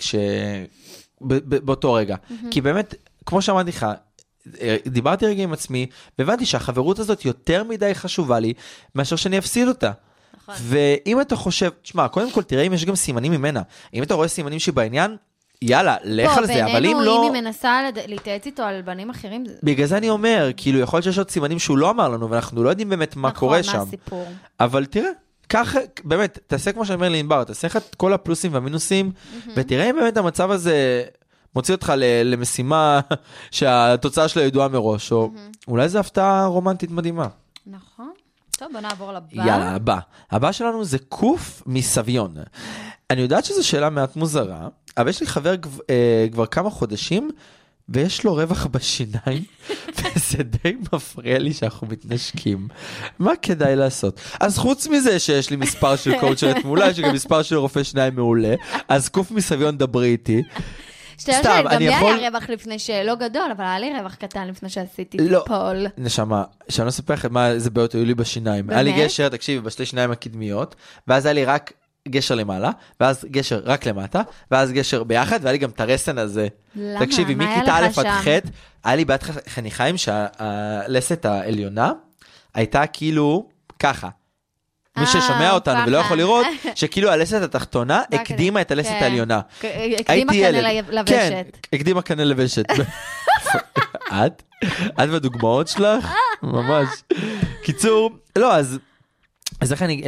באותו רגע, כי באמת, כמו שאמרתי לך, דיברתי רגע עם עצמי, והבנתי שהחברות הזאת יותר מדי חשובה לי, מאשר שאני אפסיד אותה. ואם אתה חושב, תשמע, קודם כל תראה אם יש גם סימנים ממנה, אם אתה רואה סימנים שבעניין, יאללה, לך על זה, אבל אם לא... אם היא מנסה להתייעץ איתו על בנים אחרים... בגלל זה אני אומר, כאילו, יכול להיות שיש עוד סימנים שהוא לא אמר לנו, ואנחנו לא יודעים באמת מה קורה שם. נכון, מה הסיפור. אבל תראה, ככה, באמת, תעשה כמו שאני אומר לענבר, תעשה לך את כל הפלוסים והמינוסים, ותראה אם באמת המצב הזה מוציא אותך למשימה שהתוצאה שלה ידועה מראש, או אולי זו הפתעה רומנטית מדהימה. נכון. טוב, בוא נעבור לבא. יאללה, הבא שלנו זה קוף מסביון. אני יודעת שזו שאלה מעט מוזרה, אבל יש לי חבר כבר כמה חודשים, ויש לו רווח בשיניים, וזה די מפריע לי שאנחנו מתנשקים. מה כדאי לעשות? אז חוץ מזה שיש לי מספר של קואוצ'רית מעולה, יש לי גם מספר של רופא שיניים מעולה, אז קוף מסביון דברי איתי. סתם, גם לי היה רווח לפני שלא גדול, אבל היה לי רווח קטן לפני שעשיתי טיפול. נשמה, שאני לא אספר לך מה זה בעיות היו לי בשיניים. היה לי גשר, תקשיבי, בשתי שיניים הקדמיות, ואז היה לי רק גשר למעלה, ואז גשר רק למטה, ואז גשר ביחד, והיה לי גם את הרסן הזה. למה? תקשיבי, מכיתה א' עד ח', היה לי בת חניכיים שהלסת העליונה הייתה כאילו ככה. מי ששומע אותנו ולא יכול לראות, שכאילו הלסת התחתונה הקדימה את הלסת העליונה. הקדימה קנה לבשת. כן, הקדימה קנה לבשת. את? את בדוגמאות שלך? ממש. קיצור, לא, אז איך אני...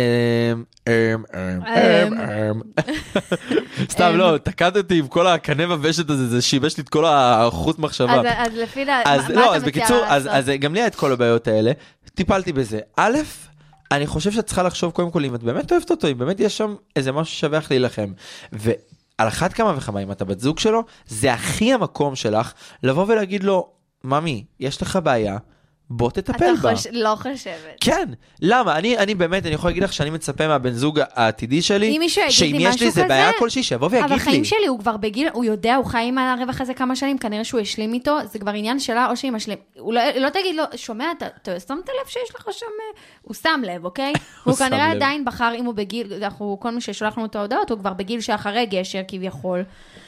סתם, לא, תקעת אותי עם כל הקנה בבשת הזה, זה שיבש לי את כל החוט מחשבה. אז לפי מה אתה מציע? לא, אז בקיצור, אז גם לי היה את כל הבעיות האלה, טיפלתי בזה. א', אני חושב שאת צריכה לחשוב קודם כל, אם את באמת אוהבת אותו, אם באמת יש שם איזה משהו שווה לך להילחם. ועל אחת כמה וכמה, אם אתה בת זוג שלו, זה הכי המקום שלך, לבוא ולהגיד לו, ממי, יש לך בעיה, בוא תטפל בה. אתה לא חושבת. כן, למה? אני באמת, אני יכול להגיד לך שאני מצפה מהבן זוג העתידי שלי, שאם יש לי איזה בעיה כלשהי, שיבוא ויגיד לי. אבל חיים שלי, הוא כבר בגיל, הוא יודע, הוא חי עם הרווח הזה כמה שנים, כנראה שהוא השלים איתו, זה כבר עניין שלה, או שהיא משלים. הוא לא תגיד לו, שומע, אתה שמת לב שיש לך שם, הוא שם לב, אוקיי? הוא כנראה עדיין בחר, אם הוא בגיל, כל מי ששולח לנו את ההודעות, הוא כבר בגיל שאחרי גשר, כביכול.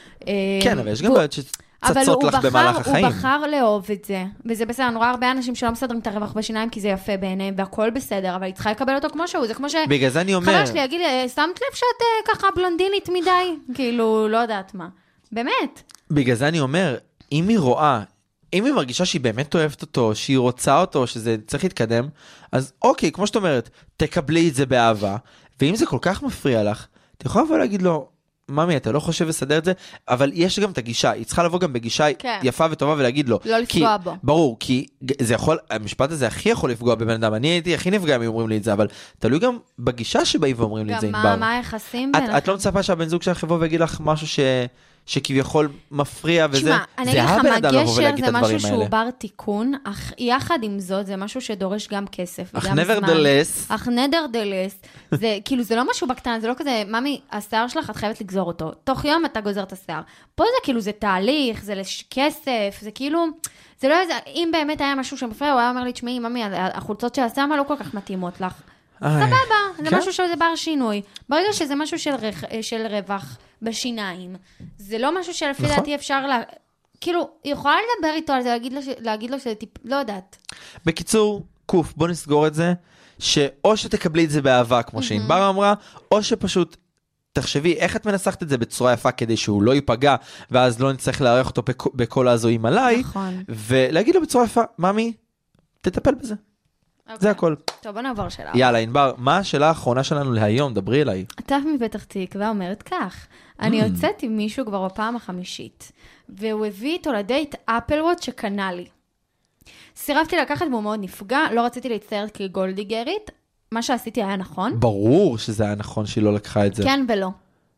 כן, אבל יש גם בעיות צצות לך במהלך החיים. הוא בחר לאהוב את זה, וזה בסדר, נורא הרבה אנשים שלא מסדרים את הרווח בשיניים, כי זה יפה בעיניהם, והכל בסדר, אבל היא צריכה לקבל אותו כמו שהוא, זה כמו בגלל זה אני אומר... חבר שלי יגיד, שמת לב שאת ככה בלונדינית מדי? כאילו, לא יודעת מה. באמת. בגלל זה אני אומר, אם היא רואה, אם היא מרגישה שהיא באמת אוהבת אותו, שהיא רוצה אותו, שזה צריך להתקדם, אז אוקיי, כמו שאת אומרת, תקבלי את זה באהבה, ואם זה כל כך מפריע לך, אתה יכול לבוא להגיד לו, ממי, אתה לא חושב לסדר את זה, אבל יש גם את הגישה, היא צריכה לבוא גם בגישה יפה וטובה ולהגיד לו. לא לפגוע בו. ברור, כי זה יכול, המשפט הזה הכי יכול לפגוע בבן אדם, אני הייתי הכי נפגע אם אומרים לי את זה, אבל תלוי גם בגישה שבאים ואומרים לי את זה. גם מה היחסים ביניכם? את לא מצפה שהבן זוג שלך יבוא ויגיד לך משהו שכביכול מפריע וזה, זה הבן אדם לבוא ולהגיד את הדברים האלה. זה משהו שהוא בר תיקון, אך יחד עם זאת, זה משהו שדורש גם כסף וגם זמן. אך nevertheless, זה כאילו, זה לא משהו בקטן, זה לא כזה, ממי, השיער שלך, את חייבת לגזור אותו. תוך יום אתה גוזר את השיער. פה זה כאילו, זה תהליך, זה כסף, זה כאילו, זה לא איזה, אם באמת היה משהו שמפריע, הוא היה אומר לי, תשמעי, ממי, החולצות של השמה לא כל כך מתאימות לך. סבבה, זה משהו שזה בר שינוי. ברגע שזה משהו של רווח בשיניים, זה לא משהו שלפי דעתי אפשר כאילו, היא יכולה לדבר איתו על זה, להגיד לו שזה טיפ, לא יודעת. בקיצור, קוף, בוא נסגור את זה, שאו שתקבלי את זה באהבה, כמו שענבר אמרה, או שפשוט תחשבי איך את מנסחת את זה בצורה יפה, כדי שהוא לא ייפגע, ואז לא נצטרך להערך אותו בכל הזויים עליי, ולהגיד לו בצורה יפה, ממי, תטפל בזה. זה הכל. טוב, בוא נעבור שאלה. יאללה, ענבר, מה השאלה האחרונה שלנו להיום? דברי אליי. עטף מפתח תקווה אומרת כך, אני יוצאת עם מישהו כבר בפעם החמישית, והוא הביא איתו לדייט אפל וואץ' שקנה לי. סירבתי לקחת והוא מאוד נפגע, לא רציתי להצטער כגולדיגרית, מה שעשיתי היה נכון. ברור שזה היה נכון שהיא לא לקחה את זה. כן ולא.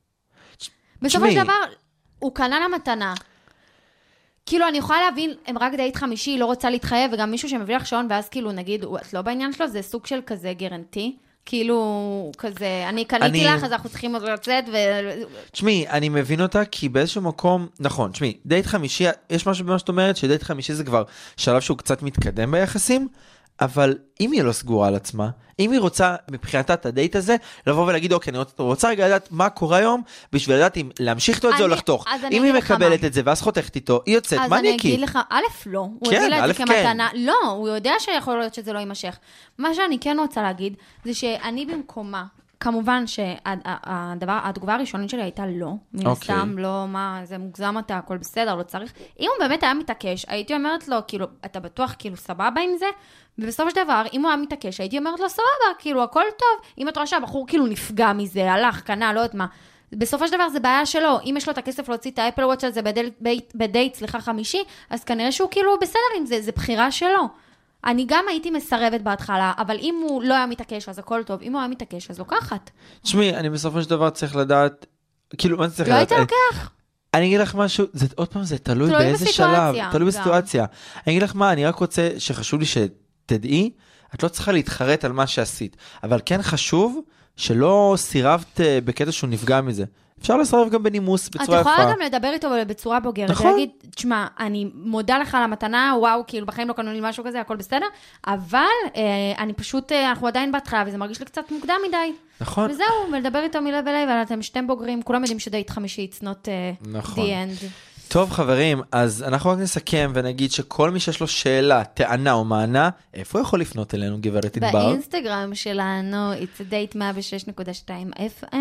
בסופו של דבר, הוא קנה לה מתנה. כאילו, אני יכולה להבין, הם רק דייט חמישי, לא רוצה להתחייב, וגם מישהו שמביא לך שעון, ואז כאילו, נגיד, את לא בעניין שלו, זה סוג של כזה גרנטי. כאילו, כזה, אני קניתי לך, אז אנחנו צריכים עוד לצאת, תשמעי, אני מבין אותה, כי באיזשהו מקום, נכון, תשמעי, דייט חמישי, יש משהו במה שאת אומרת, שדייט חמישי זה כבר שלב שהוא קצת מתקדם ביחסים, אבל אם היא לא סגורה על עצמה, אם היא רוצה מבחינתה את הדייט הזה, לבוא ולהגיד, אוקיי, אני רוצה רגע לדעת מה קורה היום, בשביל לדעת אם להמשיך איתו את זה או לחתוך. אם היא מקבלת את זה, ואז חותכת איתו, היא יוצאת, מה נקי? אז אני אגיד לך, א' לא, הוא הביא לה את זה כמתנה, לא, הוא יודע שיכול להיות שזה לא יימשך. מה שאני כן רוצה להגיד, זה שאני במקומה, כמובן שהתגובה הראשונית שלי הייתה לא, מן הסתם, לא, מה, זה מוגזם אתה, הכל בסדר, לא צריך. אם הוא באמת היה מתעקש, הייתי אומרת לו, כאילו, אתה בטוח, כאילו, סבבה עם זה? ובסופו של דבר, אם הוא היה מתעקש, הייתי אומרת לו, סבבה, כאילו, הכל טוב. אם את רואה שהבחור כאילו נפגע מזה, הלך, קנה, לא יודעת מה. בסופו של דבר זה בעיה שלו. אם יש לו את הכסף להוציא את האפל וואץ' הזה בדייט, חמישי, אז כנראה שהוא כאילו בסדר עם זה, זה בחירה שלו. אני גם הייתי מסרבת בהתחלה, אבל אם הוא לא היה מתעקש, אז הכל טוב. אם הוא היה מתעקש, אז לוקחת. תשמעי, אני בסופו של דבר צריך לדעת, כאילו, מה צריך לדעת? לא היית לוקח. אני אגיד לך משהו, עוד פעם זה תלוי באיזה שלב, תלוי בסיטואציה. אני אגיד לך מה, אני רק רוצה שחשוב לי שתדעי, את לא צריכה להתחרט על מה שעשית, אבל כן חשוב שלא סירבת בקטע שהוא נפגע מזה. אפשר לסרב גם בנימוס בצורה יפה. את יכולה גם לדבר איתו בצורה בוגרת. נכון. להגיד, תשמע, אני מודה לך על המתנה, וואו, כאילו בחיים לא קנו לי משהו כזה, הכל בסדר, אבל אני פשוט, אנחנו עדיין בהתחלה, וזה מרגיש לי קצת מוקדם מדי. נכון. וזהו, ולדבר איתו מלב אליי, אבל אתם שתם בוגרים, כולם יודעים שדייט חמישי, it's not נכון. the end. טוב חברים, אז אנחנו רק נסכם ונגיד שכל מי שיש לו שאלה, טענה או מענה, איפה יכול לפנות אלינו גברת ענבר? באינסטגרם שלנו, it's a date 106.2 FM.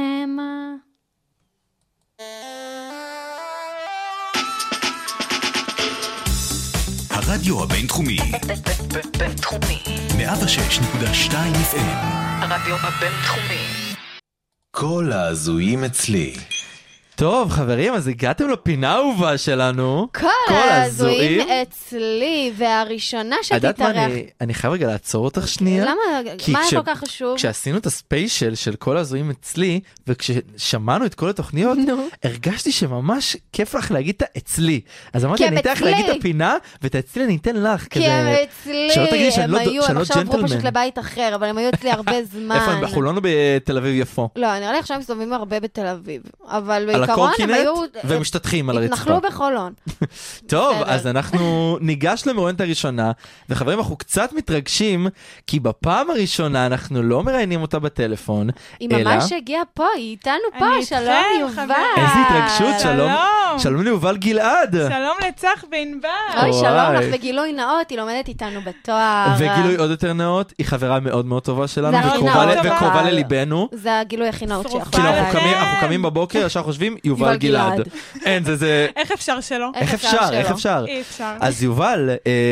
הרדיו הבינתחומי. בינתחומי. 106.2 FM. הרדיו הבינתחומי. כל ההזויים אצלי. טוב חברים, אז הגעתם לפינה האהובה שלנו. כל הזויים אצלי, והראשונה שתתארח. אני חייב רגע לעצור אותך שנייה. למה? מה כל כך חשוב? כשעשינו את הספיישל של כל הזויים אצלי, וכששמענו את כל התוכניות, הרגשתי שממש כיף לך להגיד את אצלי. אז אמרתי, אני אתן לך להגיד את הפינה, ואת האצלי אני אתן לך. כי הם אצלי, הם היו, הם עכשיו עברו פשוט לבית אחר, אבל הם היו אצלי הרבה זמן. איפה הם? בחולון או בתל אביב יפו? לא, נראה לי עכשיו הם מסתובבים הרבה בתל אביב. אבל על הקורקינט ומשתתחים על הרצפה. נחלו בחולון. טוב, אז אנחנו ניגש למרואיינת הראשונה, וחברים, אנחנו קצת מתרגשים, כי בפעם הראשונה אנחנו לא מראיינים אותה בטלפון, היא ממש הגיעה פה, היא איתנו פה, שלום יובל. איזה התרגשות, שלום ליובל גלעד. שלום לצח וענבר. אוי, שלום לך, וגילוי נאות, היא לומדת איתנו בתואר. וגילוי עוד יותר נאות, היא חברה מאוד מאוד טובה שלנו, וקרובה לליבנו. זה הגילוי הכי נאות שיכול. כאילו אנחנו קמים בבוקר, ישר חושבים, יובל גלעד. אין, זה... איך אפשר שלא? איך אפשר? אי אפשר. אז יובל,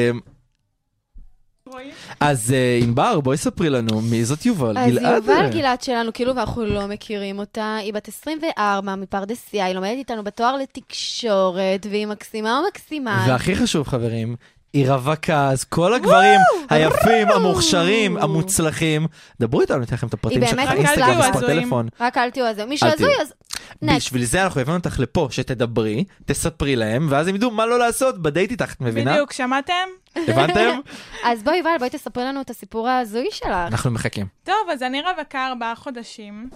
אז ענבר, בואי ספרי לנו, מי זאת יובל גלעד? אז יובל גלעד שלנו, כאילו ואנחנו לא מכירים אותה, היא בת 24, מפרדסיה, היא לומדת איתנו בתואר לתקשורת, והיא מקסימה ומקסימה. והכי חשוב חברים, היא רווקה, אז כל הגברים היפים, המוכשרים, המוצלחים, דברו איתנו, ניתן לכם את הפרטים שלך, אינסטגרם, מספר טלפון. רק אל תהיו הזוי, מי שהזוי, אז נקסט. בשביל זה אנחנו הבאנו אותך לפה, שתדברי, תספרי להם, ואז הם ידעו מה לא לעשות בדייט איתך, את מבינה? בדיוק, שמעתם? הבנתם? אז בואי יובל, בואי תספרי לנו את הסיפור ההזוי שלך. אנחנו מחכים. טוב, אז אני רווקה 4 חודשים,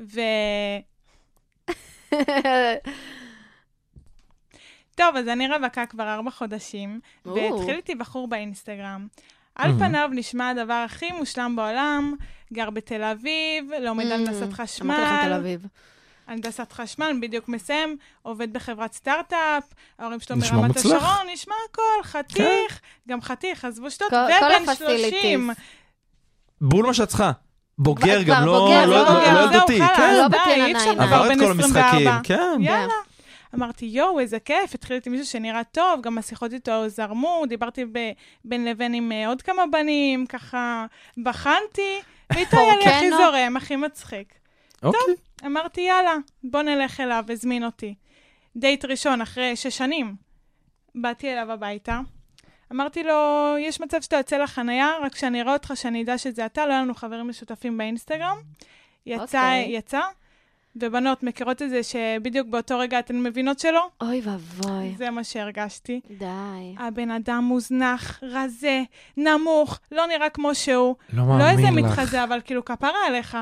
טוב, אז אני רווקה כבר 4 חודשים, והתחיל איתי בחור באינסטגרם. על פניו נשמע הדבר הכי מושלם בעולם, גר בתל אביב, לומד הנדסת חשמל. אמרתי לכם תל אביב. הנדסת חשמל, בדיוק מסיים, עובד בחברת סטארט-אפ, ההורים שלו מרמת השרון, נשמע הכל, חתיך, גם חתיך, עזבו שטות, ובן 30. בול מה שאת צריכה. בוגר, גם לא ילדותי. לא בטל עיניים. עבר את כל המשחקים, כן. יאללה. אמרתי, יואו, איזה כיף, התחיל איתי מישהו שנראה טוב, גם השיחות איתו זרמו, דיברתי בין לבין עם עוד כמה בנים, ככה בחנתי, ואיתו היה לי הכי זורם, הכי מצחיק. טוב, אמרתי, יאללה, בוא נלך אליו, הזמין אותי. דייט ראשון, אחרי 6 שנים, באתי אליו הביתה, אמרתי לו, יש מצב שאתה יוצא לחנייה, רק שאני אראה אותך, שאני אדע שזה אתה, לא היה לנו חברים משותפים באינסטגרם, יצא, ובנות מכירות את זה שבדיוק באותו רגע אתן מבינות שלא? אוי ובוי. זה מה שהרגשתי. די. הבן אדם מוזנח, רזה, נמוך, לא נראה כמו שהוא. לא מאמין לך. לא איזה מתחזה, אבל כאילו כפרה עליך.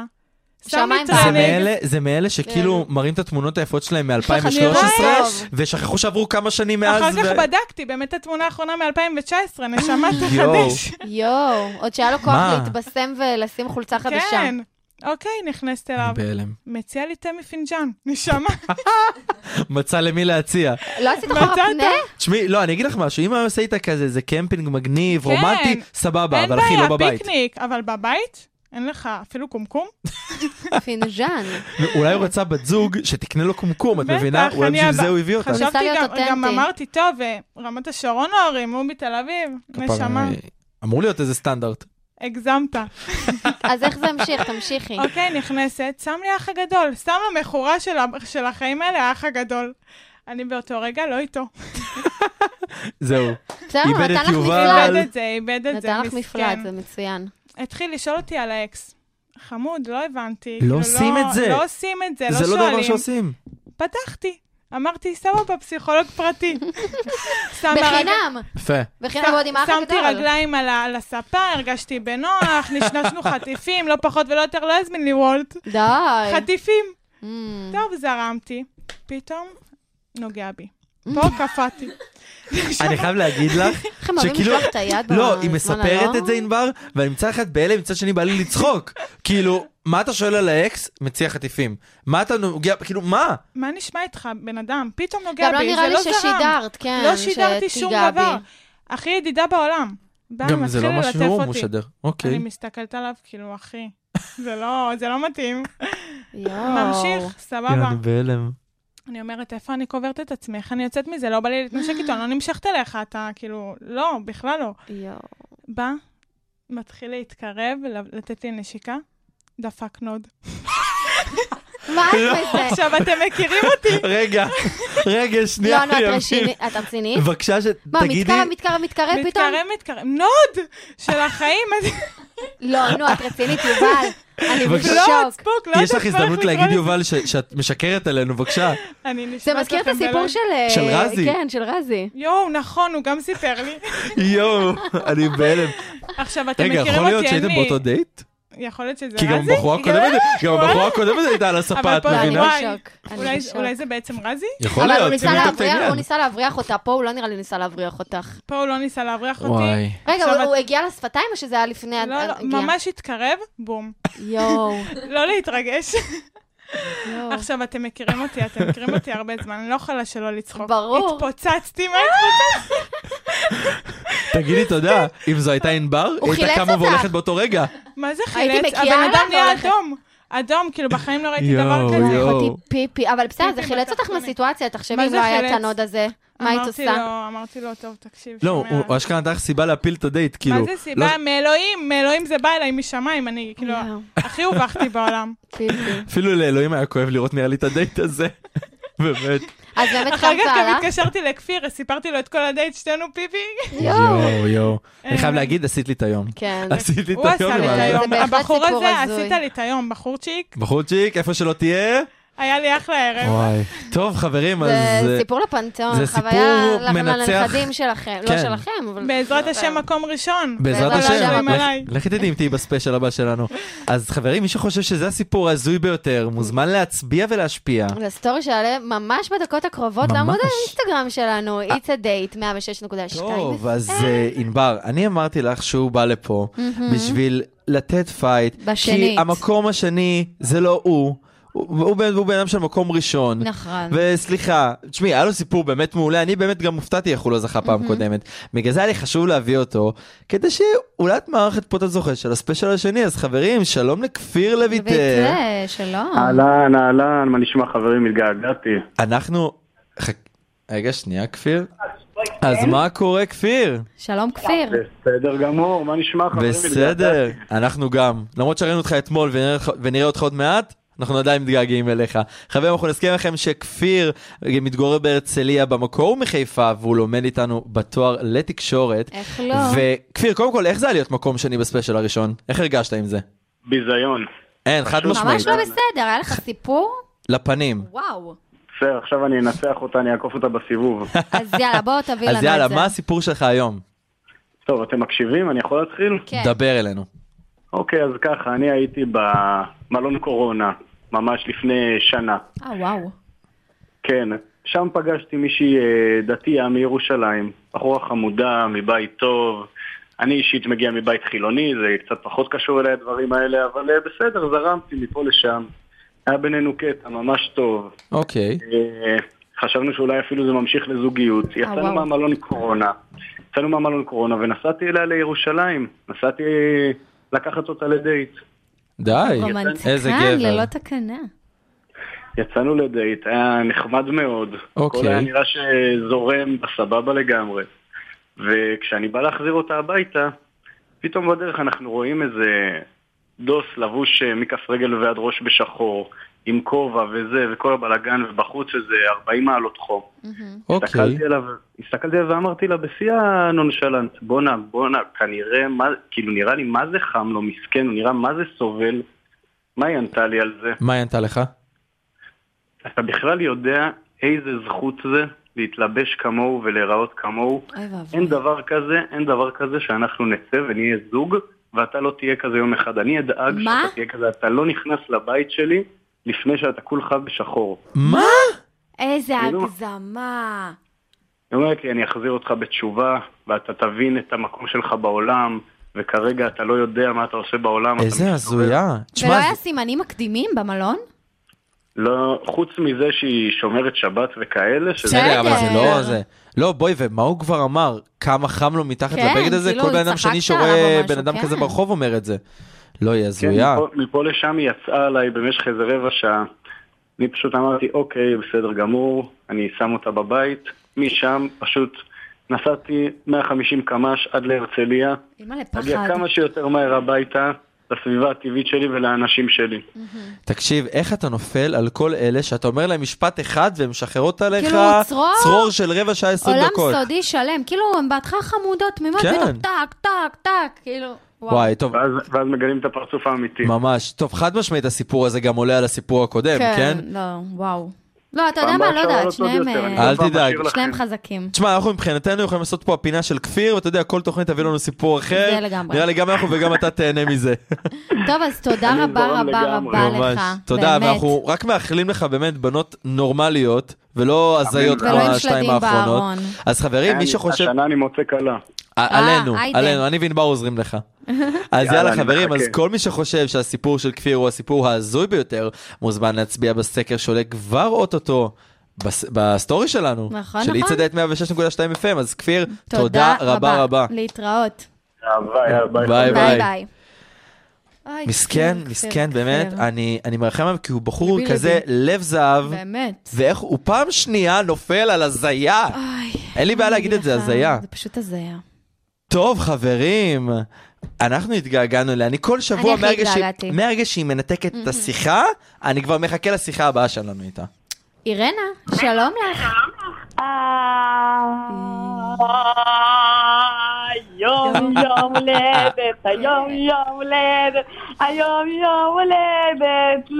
זה מאלה שכאילו מראים את התמונות היפות שלהם מ-2013, ושכחו שעברו כמה שנים מאז. אחר כך בדקתי, באמת התמונה האחרונה מ-2019, נשמה תחדש. יואו, עוד שהיה לו כוח להתבשם ולשים חולצה חדשה. כן. אוקיי, נכנסת אליו. בהלם. מציע לי תה מפינג'אן, נשמה. מצא למי להציע. לא עשית לך פנה? תשמעי, לא, אני אגיד לך משהו, אם עושה איתה כזה, זה קמפינג מגניב, רומנטי, סבבה, אבל אחי, לא בבית. אין בעיה, פיקניק, אבל בבית? אין לך אפילו קומקום? פינג'אן. אולי הוא רצה בת זוג שתקנה לו קומקום, את מבינה? אולי בשביל זה הוא הביא אותה. חשבתי, גם אמרתי, טוב, רמת השרון ההורים, הוא בתל אביב, נשמה. אמור להיות איזה סטנדרט. הגזמת. אז איך זה המשיך? תמשיכי. אוקיי, נכנסת, שם לי האח הגדול. שם למחורה של החיים האלה, האח הגדול. אני באותו רגע לא איתו. זהו. איבד את יובל. איבד את זה, נתן לך מפלט, זה מצוין. התחיל לשאול אותי על האקס. חמוד, לא הבנתי. לא עושים את זה. לא עושים את זה, לא שואלים. זה לא דבר שעושים. פתחתי. אמרתי, סבבה, פסיכולוג פרטי. בחינם. יפה. בחינם עוד עם האח הגדול. שמתי רגליים על הספה, הרגשתי בנוח, נשנשנו חטיפים, לא פחות ולא יותר, לא הזמין לי וולט. די. חטיפים. טוב, זרמתי. פתאום נוגע בי. פה קפאתי. אני חייב להגיד לך, שכאילו, לא, היא מספרת את זה ענבר, ואני מצא אחד בהלם, מצד שני בא לי לצחוק. כאילו, מה אתה שואל על האקס? מציע חטיפים. מה אתה נוגע, כאילו, מה? מה נשמע איתך, בן אדם? פתאום נוגע בי, זה לא זרם. גם לא נראה לי ששידרת, כן, לא שידרתי שום דבר. הכי ידידה בעולם. גם זה לא משהו הוא משדר. אוקיי. אני מסתכלת עליו, כאילו, אחי. זה לא מתאים. ממשיך, סבבה. אני בהלם. אני אומרת, איפה אני קוברת את עצמי? איך אני יוצאת מזה? לא בא לי להתנשק איתו, אני לא נמשכת אליך, אתה כאילו, לא, בכלל לא. בא, מתחיל להתקרב, לתת לי נשיקה, דפק נוד. מה את בזה? עכשיו, אתם מכירים אותי? רגע, שנייה. לא, את רצינית? בבקשה שתגידי... מה, מתקרב פתאום? מתקרב. נוד! של החיים. לא, נו, את רצינית, יובל. אני בשוק. יש לך הזדמנות להגיד, יובל, שאת משקרת עלינו, בבקשה. זה מזכיר את הסיפור של רזי. כן, של רזי. יואו, נכון, הוא גם סיפר לי. יואו, אני בהלם. עכשיו, אתם רגע, מכירים אותי, יכול להיות שהייתם באותו דייט? יכול להיות שזה רזי? כי גם בחורה הקודמת הייתה על הספת, מבינה? אולי זה בעצם רזי? יכול להיות, הוא ניסה להבריח אותה, פה הוא לא נראה לי ניסה להבריח אותך. פה הוא לא ניסה להבריח אותי. רגע, הוא הגיע לשפתיים או שזה היה לפני? לא, ממש התקרב, בום. יואו. לא להתרגש. עכשיו, אתם מכירים אותי הרבה זמן, אני לא יכולה שלא לצחוק. ברור. התפוצצתי, מה התפוצצתי? תגידי תודה, אם זו הייתה ענבר, הייתה קמה והולכת באותו רגע. מה זה חילץ? הבן אדם נהיה אדום. אדום, כאילו בחיים לא ראיתי דבר כזה. אחותי פיפי, אבל בסדר, זה חילץ אותך מהסיטואציה, תחשבי אם לא היה את הנוד הזה. מה היית עושה? אמרתי לו, טוב, תקשיב. לא, הוא אשכרה נתן לך סיבה להפיל את הדייט, כאילו. מה זה סיבה? מאלוהים זה בא אליי משמיים, אני כאילו, הכי הובכתי בעולם. אפילו לאלוהים היה כואב לראות נראה לי את הדייט הזה. באמת. אז באמת אחר כך גם התקשרתי לכפיר, סיפרתי לו את כל הדייט, שתינו פיפי. יואו. אני חייב להגיד, עשית לי את היום. כן. עשית לי את הוא עשה לי את היום. זה בהחלט הבחור סיפור הזה, הזוי. עשית לי את היום, בחורצ'יק. בחורצ'יק, איפה שלא תהיה. היה לי אחלה ערב. וואי. טוב, חברים, אז... זה סיפור לפנתיאון, זה חוויה סיפור מנצח. לנכדים שלכם, לא שלכם, אבל... בעזרת השם מקום ראשון. בעזרת השם. עליי. לכי תדעי אם תהיי בספיישל הבא שלנו. אז חברים, מי שחושב שזה הסיפור הזוי ביותר, מוזמן להצביע ולהשפיע. זה סטורי שעלה ממש בדקות הקרובות לעמוד האינסטגרם שלנו, It's a Date 106.2. טוב, אז ענבר, אני אמרתי לך שהוא בא לפה בשביל לתת פייט, כי המקום השני זה לא הוא בן אדם של מקום ראשון. נכון. וסליחה, תשמעי, היה לו סיפור באמת מעולה, אני באמת גם מופתעתי איך הוא לא זכה פעם קודמת. בגלל זה היה לי חשוב להביא אותו, כדי שאולי את מערכת פה את הזוכה של הספיישל השני, אז חברים, שלום לכפיר לויטר. שלום. אהלן, מה נשמע חברים, התגעגעתי. אנחנו... רגע, שנייה, כפיר. אז מה קורה, כפיר? שלום, כפיר. בסדר גמור, מה נשמע חברים? בסדר, אנחנו גם. למרות שראינו אותך אתמול ונראה אותך עוד מעט, אנחנו עדיין מתגעגעים אליך. חברים, אנחנו נזכיר לכם שכפיר מתגורר בהרצליה במקור מחיפה, והוא לומד איתנו בתואר לתקשורת. איך לא? וכפיר, קודם כל, איך זה להיות מקום שני בספיישל הראשון? איך הרגשת עם זה? ביזיון. אין, חד משמעית. ממש לא בסדר, היה לך סיפור? לפנים. וואו. בסדר, עכשיו אני אנצח אותה, אני אעקוף אותה בסיבוב. אז יאללה, בוא תביא לנו את אז זה. יאללה, מה הסיפור שלך היום? טוב, אתם מקשיבים? אני יכול להתחיל? כן. דבר אלינו. אוקיי, אז ככה, אני הייתי במלון קורונה, ממש לפני שנה. וואו. כן, שם פגשתי מישהי דתייה מירושלים, בחורה חמודה, מבית טוב. אני אישית מגיע מבית חילוני, זה קצת פחות קשור אליי הדברים האלה, אבל בסדר, זרמתי מפה לשם. היה בינינו קטע ממש טוב. אוקיי. חשבנו שאולי אפילו זה ממשיך לזוגיות. יצאנו מהמלון קורונה ונסעתי אליה לירושלים. נסעתי לקחת אותה לדייט. די, איזה גבר. ללא תקנה. יצאנו לדייט, היה נחמד מאוד. אוקיי. כל היה נראה שזורם בסבבה לגמרי. וכשאני בא להחזיר אותה הביתה, פתאום בדרך אנחנו רואים איזה דוס לבוש מכף רגל ועד ראש בשחור, עם כובע וזה, וכל הבלגן, ובחוץ איזה 40 מעלות חום. הסתכלתי עליו ואמרתי לה, בשיא הנונשלנט, בונה, כנראה, כאילו נראה לי מה זה חם לו, מסכן, הוא נראה מה זה סובל. מה היא ענתה לי על זה? מה היא ענתה לך? אתה בכלל יודע איזה זכות זה להתלבש כמוהו ולהיראות כמוהו. אין דבר כזה שאנחנו נצא ונהיה זוג, ואתה לא תהיה כזה יום אחד. אני אדאג שאתה תהיה כזה, אתה לא נכנס לבית שלי לפני שאתה כולך בשחור. מה? איזה הגזמה. היא אומרת לי, אני אחזיר אותך בתשובה, ואתה תבין את המקום שלך בעולם, וכרגע אתה לא יודע מה אתה עושה בעולם. איזה הזויה. ולא היה סימנים מקדימים במלון? לא, חוץ מזה שהיא שומרת שבת וכאלה, בסדר, אבל זה לא זה. לא, בואי, ומה הוא כבר אמר? כמה חם לו מתחת לבגד הזה? כל בן אדם שני שרואה בן אדם כזה ברחוב אומר את זה. לא, היא הזויה. מפה לשם היא יצאה עליי במשך איזה רבע שעה. אני פשוט אמרתי, אוקיי, בסדר גמור, אני שם אותה בבית. משם פשוט נסעתי 150 קמ"ש עד להרצליה. הגיע כמה שיותר מהר הביתה, לסביבה הטבעית שלי ולאנשים שלי. תקשיב, איך אתה נופל על כל אלה שאתה אומר להם משפט אחד והם משחררות עליך צרור של רבע שעה 20 דקות. עולם סודי שלם, כאילו הם בהתחלה חמודות תמימות, פתאום טק, טק, טק, כאילו... וואי, טוב. ואז מגלים את הפרצוף האמיתי. ממש. טוב, חד משמעית הסיפור הזה גם עולה על הסיפור הקודם, כן? כן, לא, וואו. לא, אתה יודע מה, לא יודעת, שניהם... אל תדאג. שניהם חזקים. תשמע, אנחנו מבחינתנו יכולים לעשות פה הפינה של כפיר, ואתה יודע, כל תוכנית תביא לנו סיפור אחר. זה לגמרי. נראה לי גם אנחנו וגם אתה תהנה מזה. טוב, אז תודה רבה לך. תודה, ואנחנו רק מאחלים לך באמת בנות נורמליות, ולא הזיות כמו השתיים האחרונות. אז חברים, מי שחושב... השנה אני מוצא קלה. עלינו, אני וענבר עוזרים לך. אז יאללה חברים, אז כל מי שחושב שהסיפור של כפיר הוא הסיפור ההזוי ביותר, מוזמן להצביע בסקר שעולה כבר אוטוטו בסטורי שלנו, של איצדייט 106.2 FM. אז כפיר, תודה רבה רבה. להתראות. ביי ביי. מסכן, באמת, אני מרחם עליו כי הוא בחור כזה לב זהב, באמת. ואיך הוא פעם שנייה נופל על הזיה. אין לי בעיה להגיד את זה, הזיה. זה פשוט הזיה. טוב חברים, אנחנו התגעגענו אליה, אני כל שבוע מהרגע שהיא מנתקת את השיחה, אני כבר מחכה לשיחה הבאה שלנו איתה. אירנה, שלום לך. היום יום הולדת, היום יום הולדת, היום יום הולדת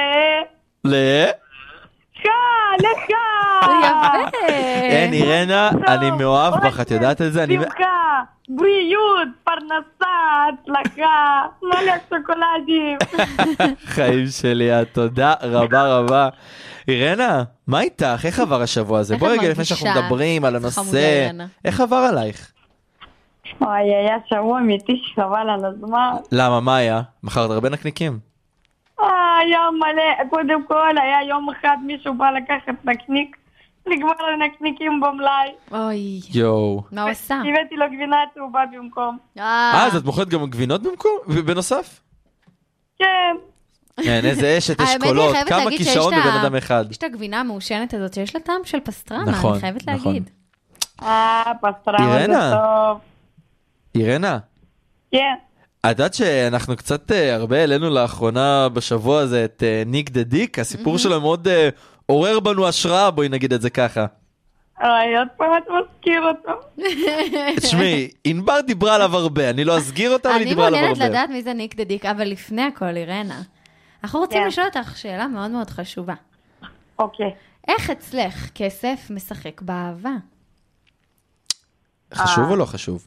לך. יפה. אין, אירנה, אני מאוהב בך, את יודעת את זה? שמחה, בריאות, פרנסה, הצלחה, מלא שוקולדים. חיים שלי, תודה רבה. אירנה, מה איתך? איך עבר השבוע הזה? בואי רגע לפני שאנחנו מדברים על הנושא. איך עבר עלייך? וואי, היה שבוע אמיתי שחבל על הזמן. למה, מה היה? מכרת הרבה נקניקים? היה מלא, קודם כל היה יום אחד מישהו בא לקחת נקניק, לגמר לנקניקים במלאי. אוי. יואו. מה הוא עושה? הבאתי לו גבינה צהובה במקום. אז את מוכרת גם גבינות במקום? בנוסף? כן. כן, איזה אשת אשכולות, כמה כישרון בבן אדם אחד. יש את הגבינה המעושנת הזאת שיש לה טעם של פסטרמה, אני חייבת להגיד. פסטרמה זה טוב. אירנה? כן. את יודעת שאנחנו קצת הרבה העלינו לאחרונה בשבוע הזה את ניק דה דיק, הסיפור שלו מאוד עורר בנו השראה, בואי נגיד את זה ככה. עוד פעם את מזכיר אותו. תשמעי, ענבר דיברה עליו הרבה, אני לא אסגיר אותה, אבל היא דיברה עליו הרבה. אני מעוניינת לדעת מי זה ניק דה דיק, אבל לפני הכל, אירנה, אנחנו רוצים לשאול אותך שאלה מאוד מאוד חשובה. אוקיי. איך אצלך כסף משחק באהבה? חשוב או לא חשוב?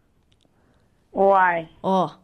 וואי.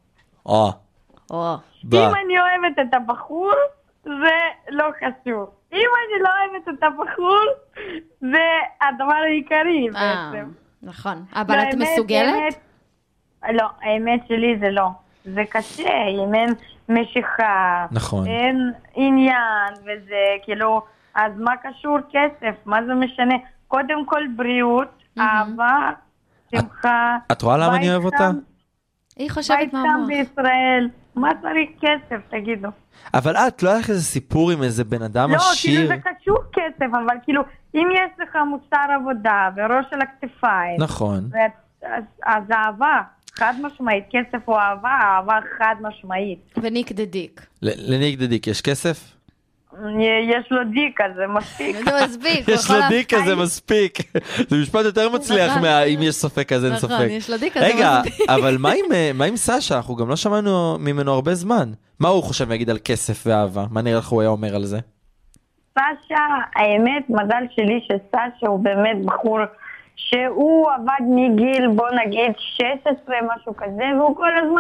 אם אני אוהבת את הבחור, זה לא חשוב. אם אני לא אוהבת את הבחור, זה הדבר העיקרי בעצם. נכון. אבל את מסוגלת? לא, האמת שלי זה לא. זה קשה, אם אין משיכה, אין עניין, וזה כאילו, אז מה קשור כסף? מה זה משנה? קודם כל בריאות, אהבה, שמחה. את רואה למה אני אוהב אותה? היא חושבת מה המוח. בישראל, מה צריך כסף, תגידו. אבל את, לא היה לך איזה סיפור עם איזה בן אדם עשיר? לא, כאילו זה קשור כסף, אבל כאילו, אם יש לך מוסר עבודה וראש על הכתפיים. נכון. אז אהבה, חד משמעית, כסף הוא אהבה, אהבה חד משמעית. וניק דה דיק. לניק דה דיק יש כסף? יש לו דיק, אז זה מספיק. זה מספיק. יש לו דיק, אז זה מספיק. זה משפט יותר מצליח אם יש ספק, אז אין ספק. נכון, יש לו דיק, אז זה מספיק. רגע, אבל מה עם סשה? אנחנו גם לא שמענו ממנו הרבה זמן. מה הוא חושב להגיד על כסף ואהבה? מה נראה לך הוא היה אומר על זה? סשה, האמת, מזל שלי שסשה הוא באמת בחור שהוא עבד מגיל, בוא נגיד, 16, משהו כזה, והוא כל הזמן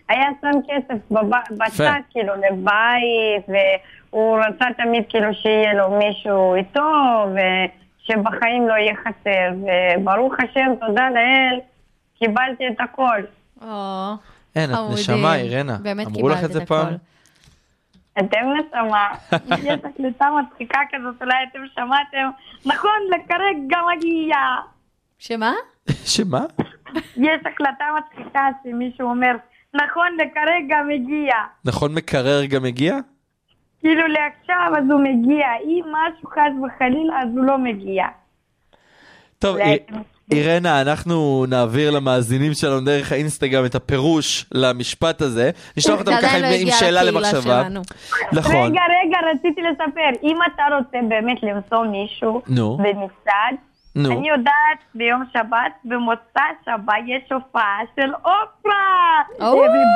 היה שם כסף בצד, כאילו, לבית, והוא רצה תמיד כאילו שיהיה לו מישהו איתו, ושבחיים לא יהיה חסר, וברוך השם, תודה לאל, קיבלתי את הכל. אין, את נשמה, אירנה. אמרו לך את זה פעם? אתם נשמה, יש הקלטה מצחיקה כזאת, אולי אתם שמעתם, נכון, לכרגע מגיע. שמה? שמה? יש הקלטה מצחיקה שמישהו אומר, נכון, לכרגע מגיע. נכון, מקרר גם מגיע? כאילו לעכשיו אז הוא מגיע, אם משהו חס וחלילה אז הוא לא מגיע. טוב, אירנה, אנחנו נעביר למאזינים שלנו דרך האינסטגרם את הפירוש למשפט הזה. נשלח אותם ככה עם שאלה למחשבה. נכון. רגע, רציתי לספר. אם אתה רוצה באמת למצוא מישהו במשרד, אני יודעת ביום שבת, במוצא שבת יש הופעה של אופרה.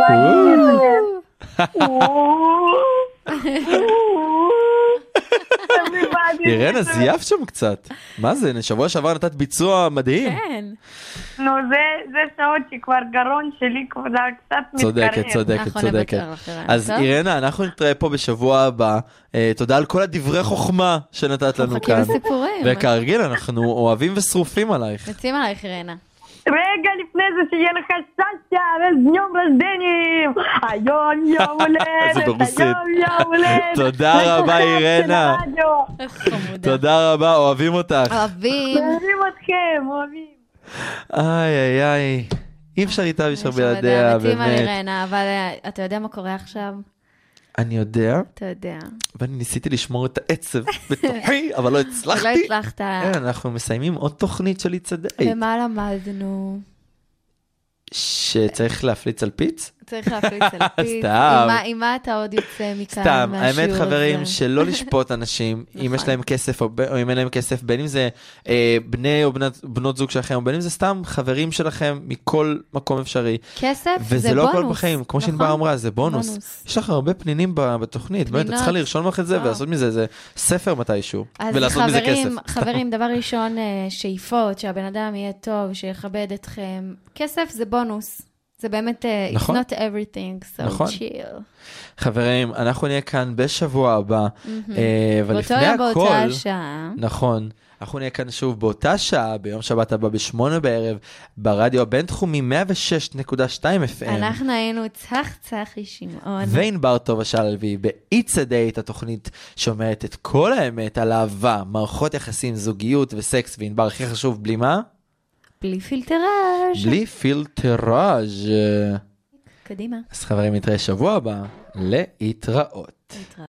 אירנה, זייף שם קצת. מה זה? שבוע שעבר נתת ביצוע מדהים. כן. נו, זה שעות שכבר גרון שלי כבר קצת מתקרב. צודקת. אז אירנה, אנחנו נתראה פה בשבוע הבא. תודה על כל הדברי חוכמה שנתת לנו כאן. אנחנו מחכים לסיפורים. וכרגיל, אנחנו אוהבים ושרופים עלייך. יוצאים עלייך, אירנה. רגע, לפני זה שיהיה לך סשה, יום רזדנים. היום יום הולדת. תודה רבה, אירנה. תודה רבה, אוהבים אותך. אוהבים אתכם, אוהבים. איי, אי אפשר איתה בשביל בלעדיה, מתים על אירנה, אבל אתה יודע מה קורה עכשיו? אני יודע. אתה יודע. ואני ניסיתי לשמור את העצב בתוכי, אבל לא הצלחתי. לא הצלחת. אנחנו מסיימים עוד תוכנית של איצדייט. ומה למדנו? שצריך להפליץ על פיץ? צריך להפליץ על פיץ. סתם. עם מה אתה עוד יוצא מכאן? סתם, האמת חברים, שלא לשפוט אנשים, אם יש להם כסף או אם אין להם כסף, בין אם זה בני או בנות זוג שלכם, או בין אם זה סתם חברים שלכם מכל מקום אפשרי. כסף זה בונוס. וזה לא הכל בחיים, כמו שענבר אמרה, זה בונוס. יש לך הרבה פנינים בתוכנית, באמת, את צריכה לרשום לך את זה ולעשות מזה איזה ספר מתישהו, ולעשות מזה כסף. חברים, דבר ראשון, שאיפות, שהבן אדם יהיה טוב, שיכבד אתכם. כסף זה בונוס. זה באמת, it's not everything, so chill. חברים, אנחנו נהיה כאן בשבוע הבא, ולפני הכל, באותה שעה. נכון, אנחנו נהיה כאן שוב באותה שעה, ביום שבת הבא ב8 בערב, ברדיו הבינתחומי 106.2 FM. אנחנו היינו צחי שמעון. וענבר טובה שלוי, באיצדייט, התוכנית שאומרת את כל האמת על אהבה, מערכות יחסים, זוגיות וסקס, וענבר הכי חשוב, בלי מה? בלי פילטראז'. בלי פילטראז'. קדימה. אז חברים, נתראה שבוע הבא. להתראות.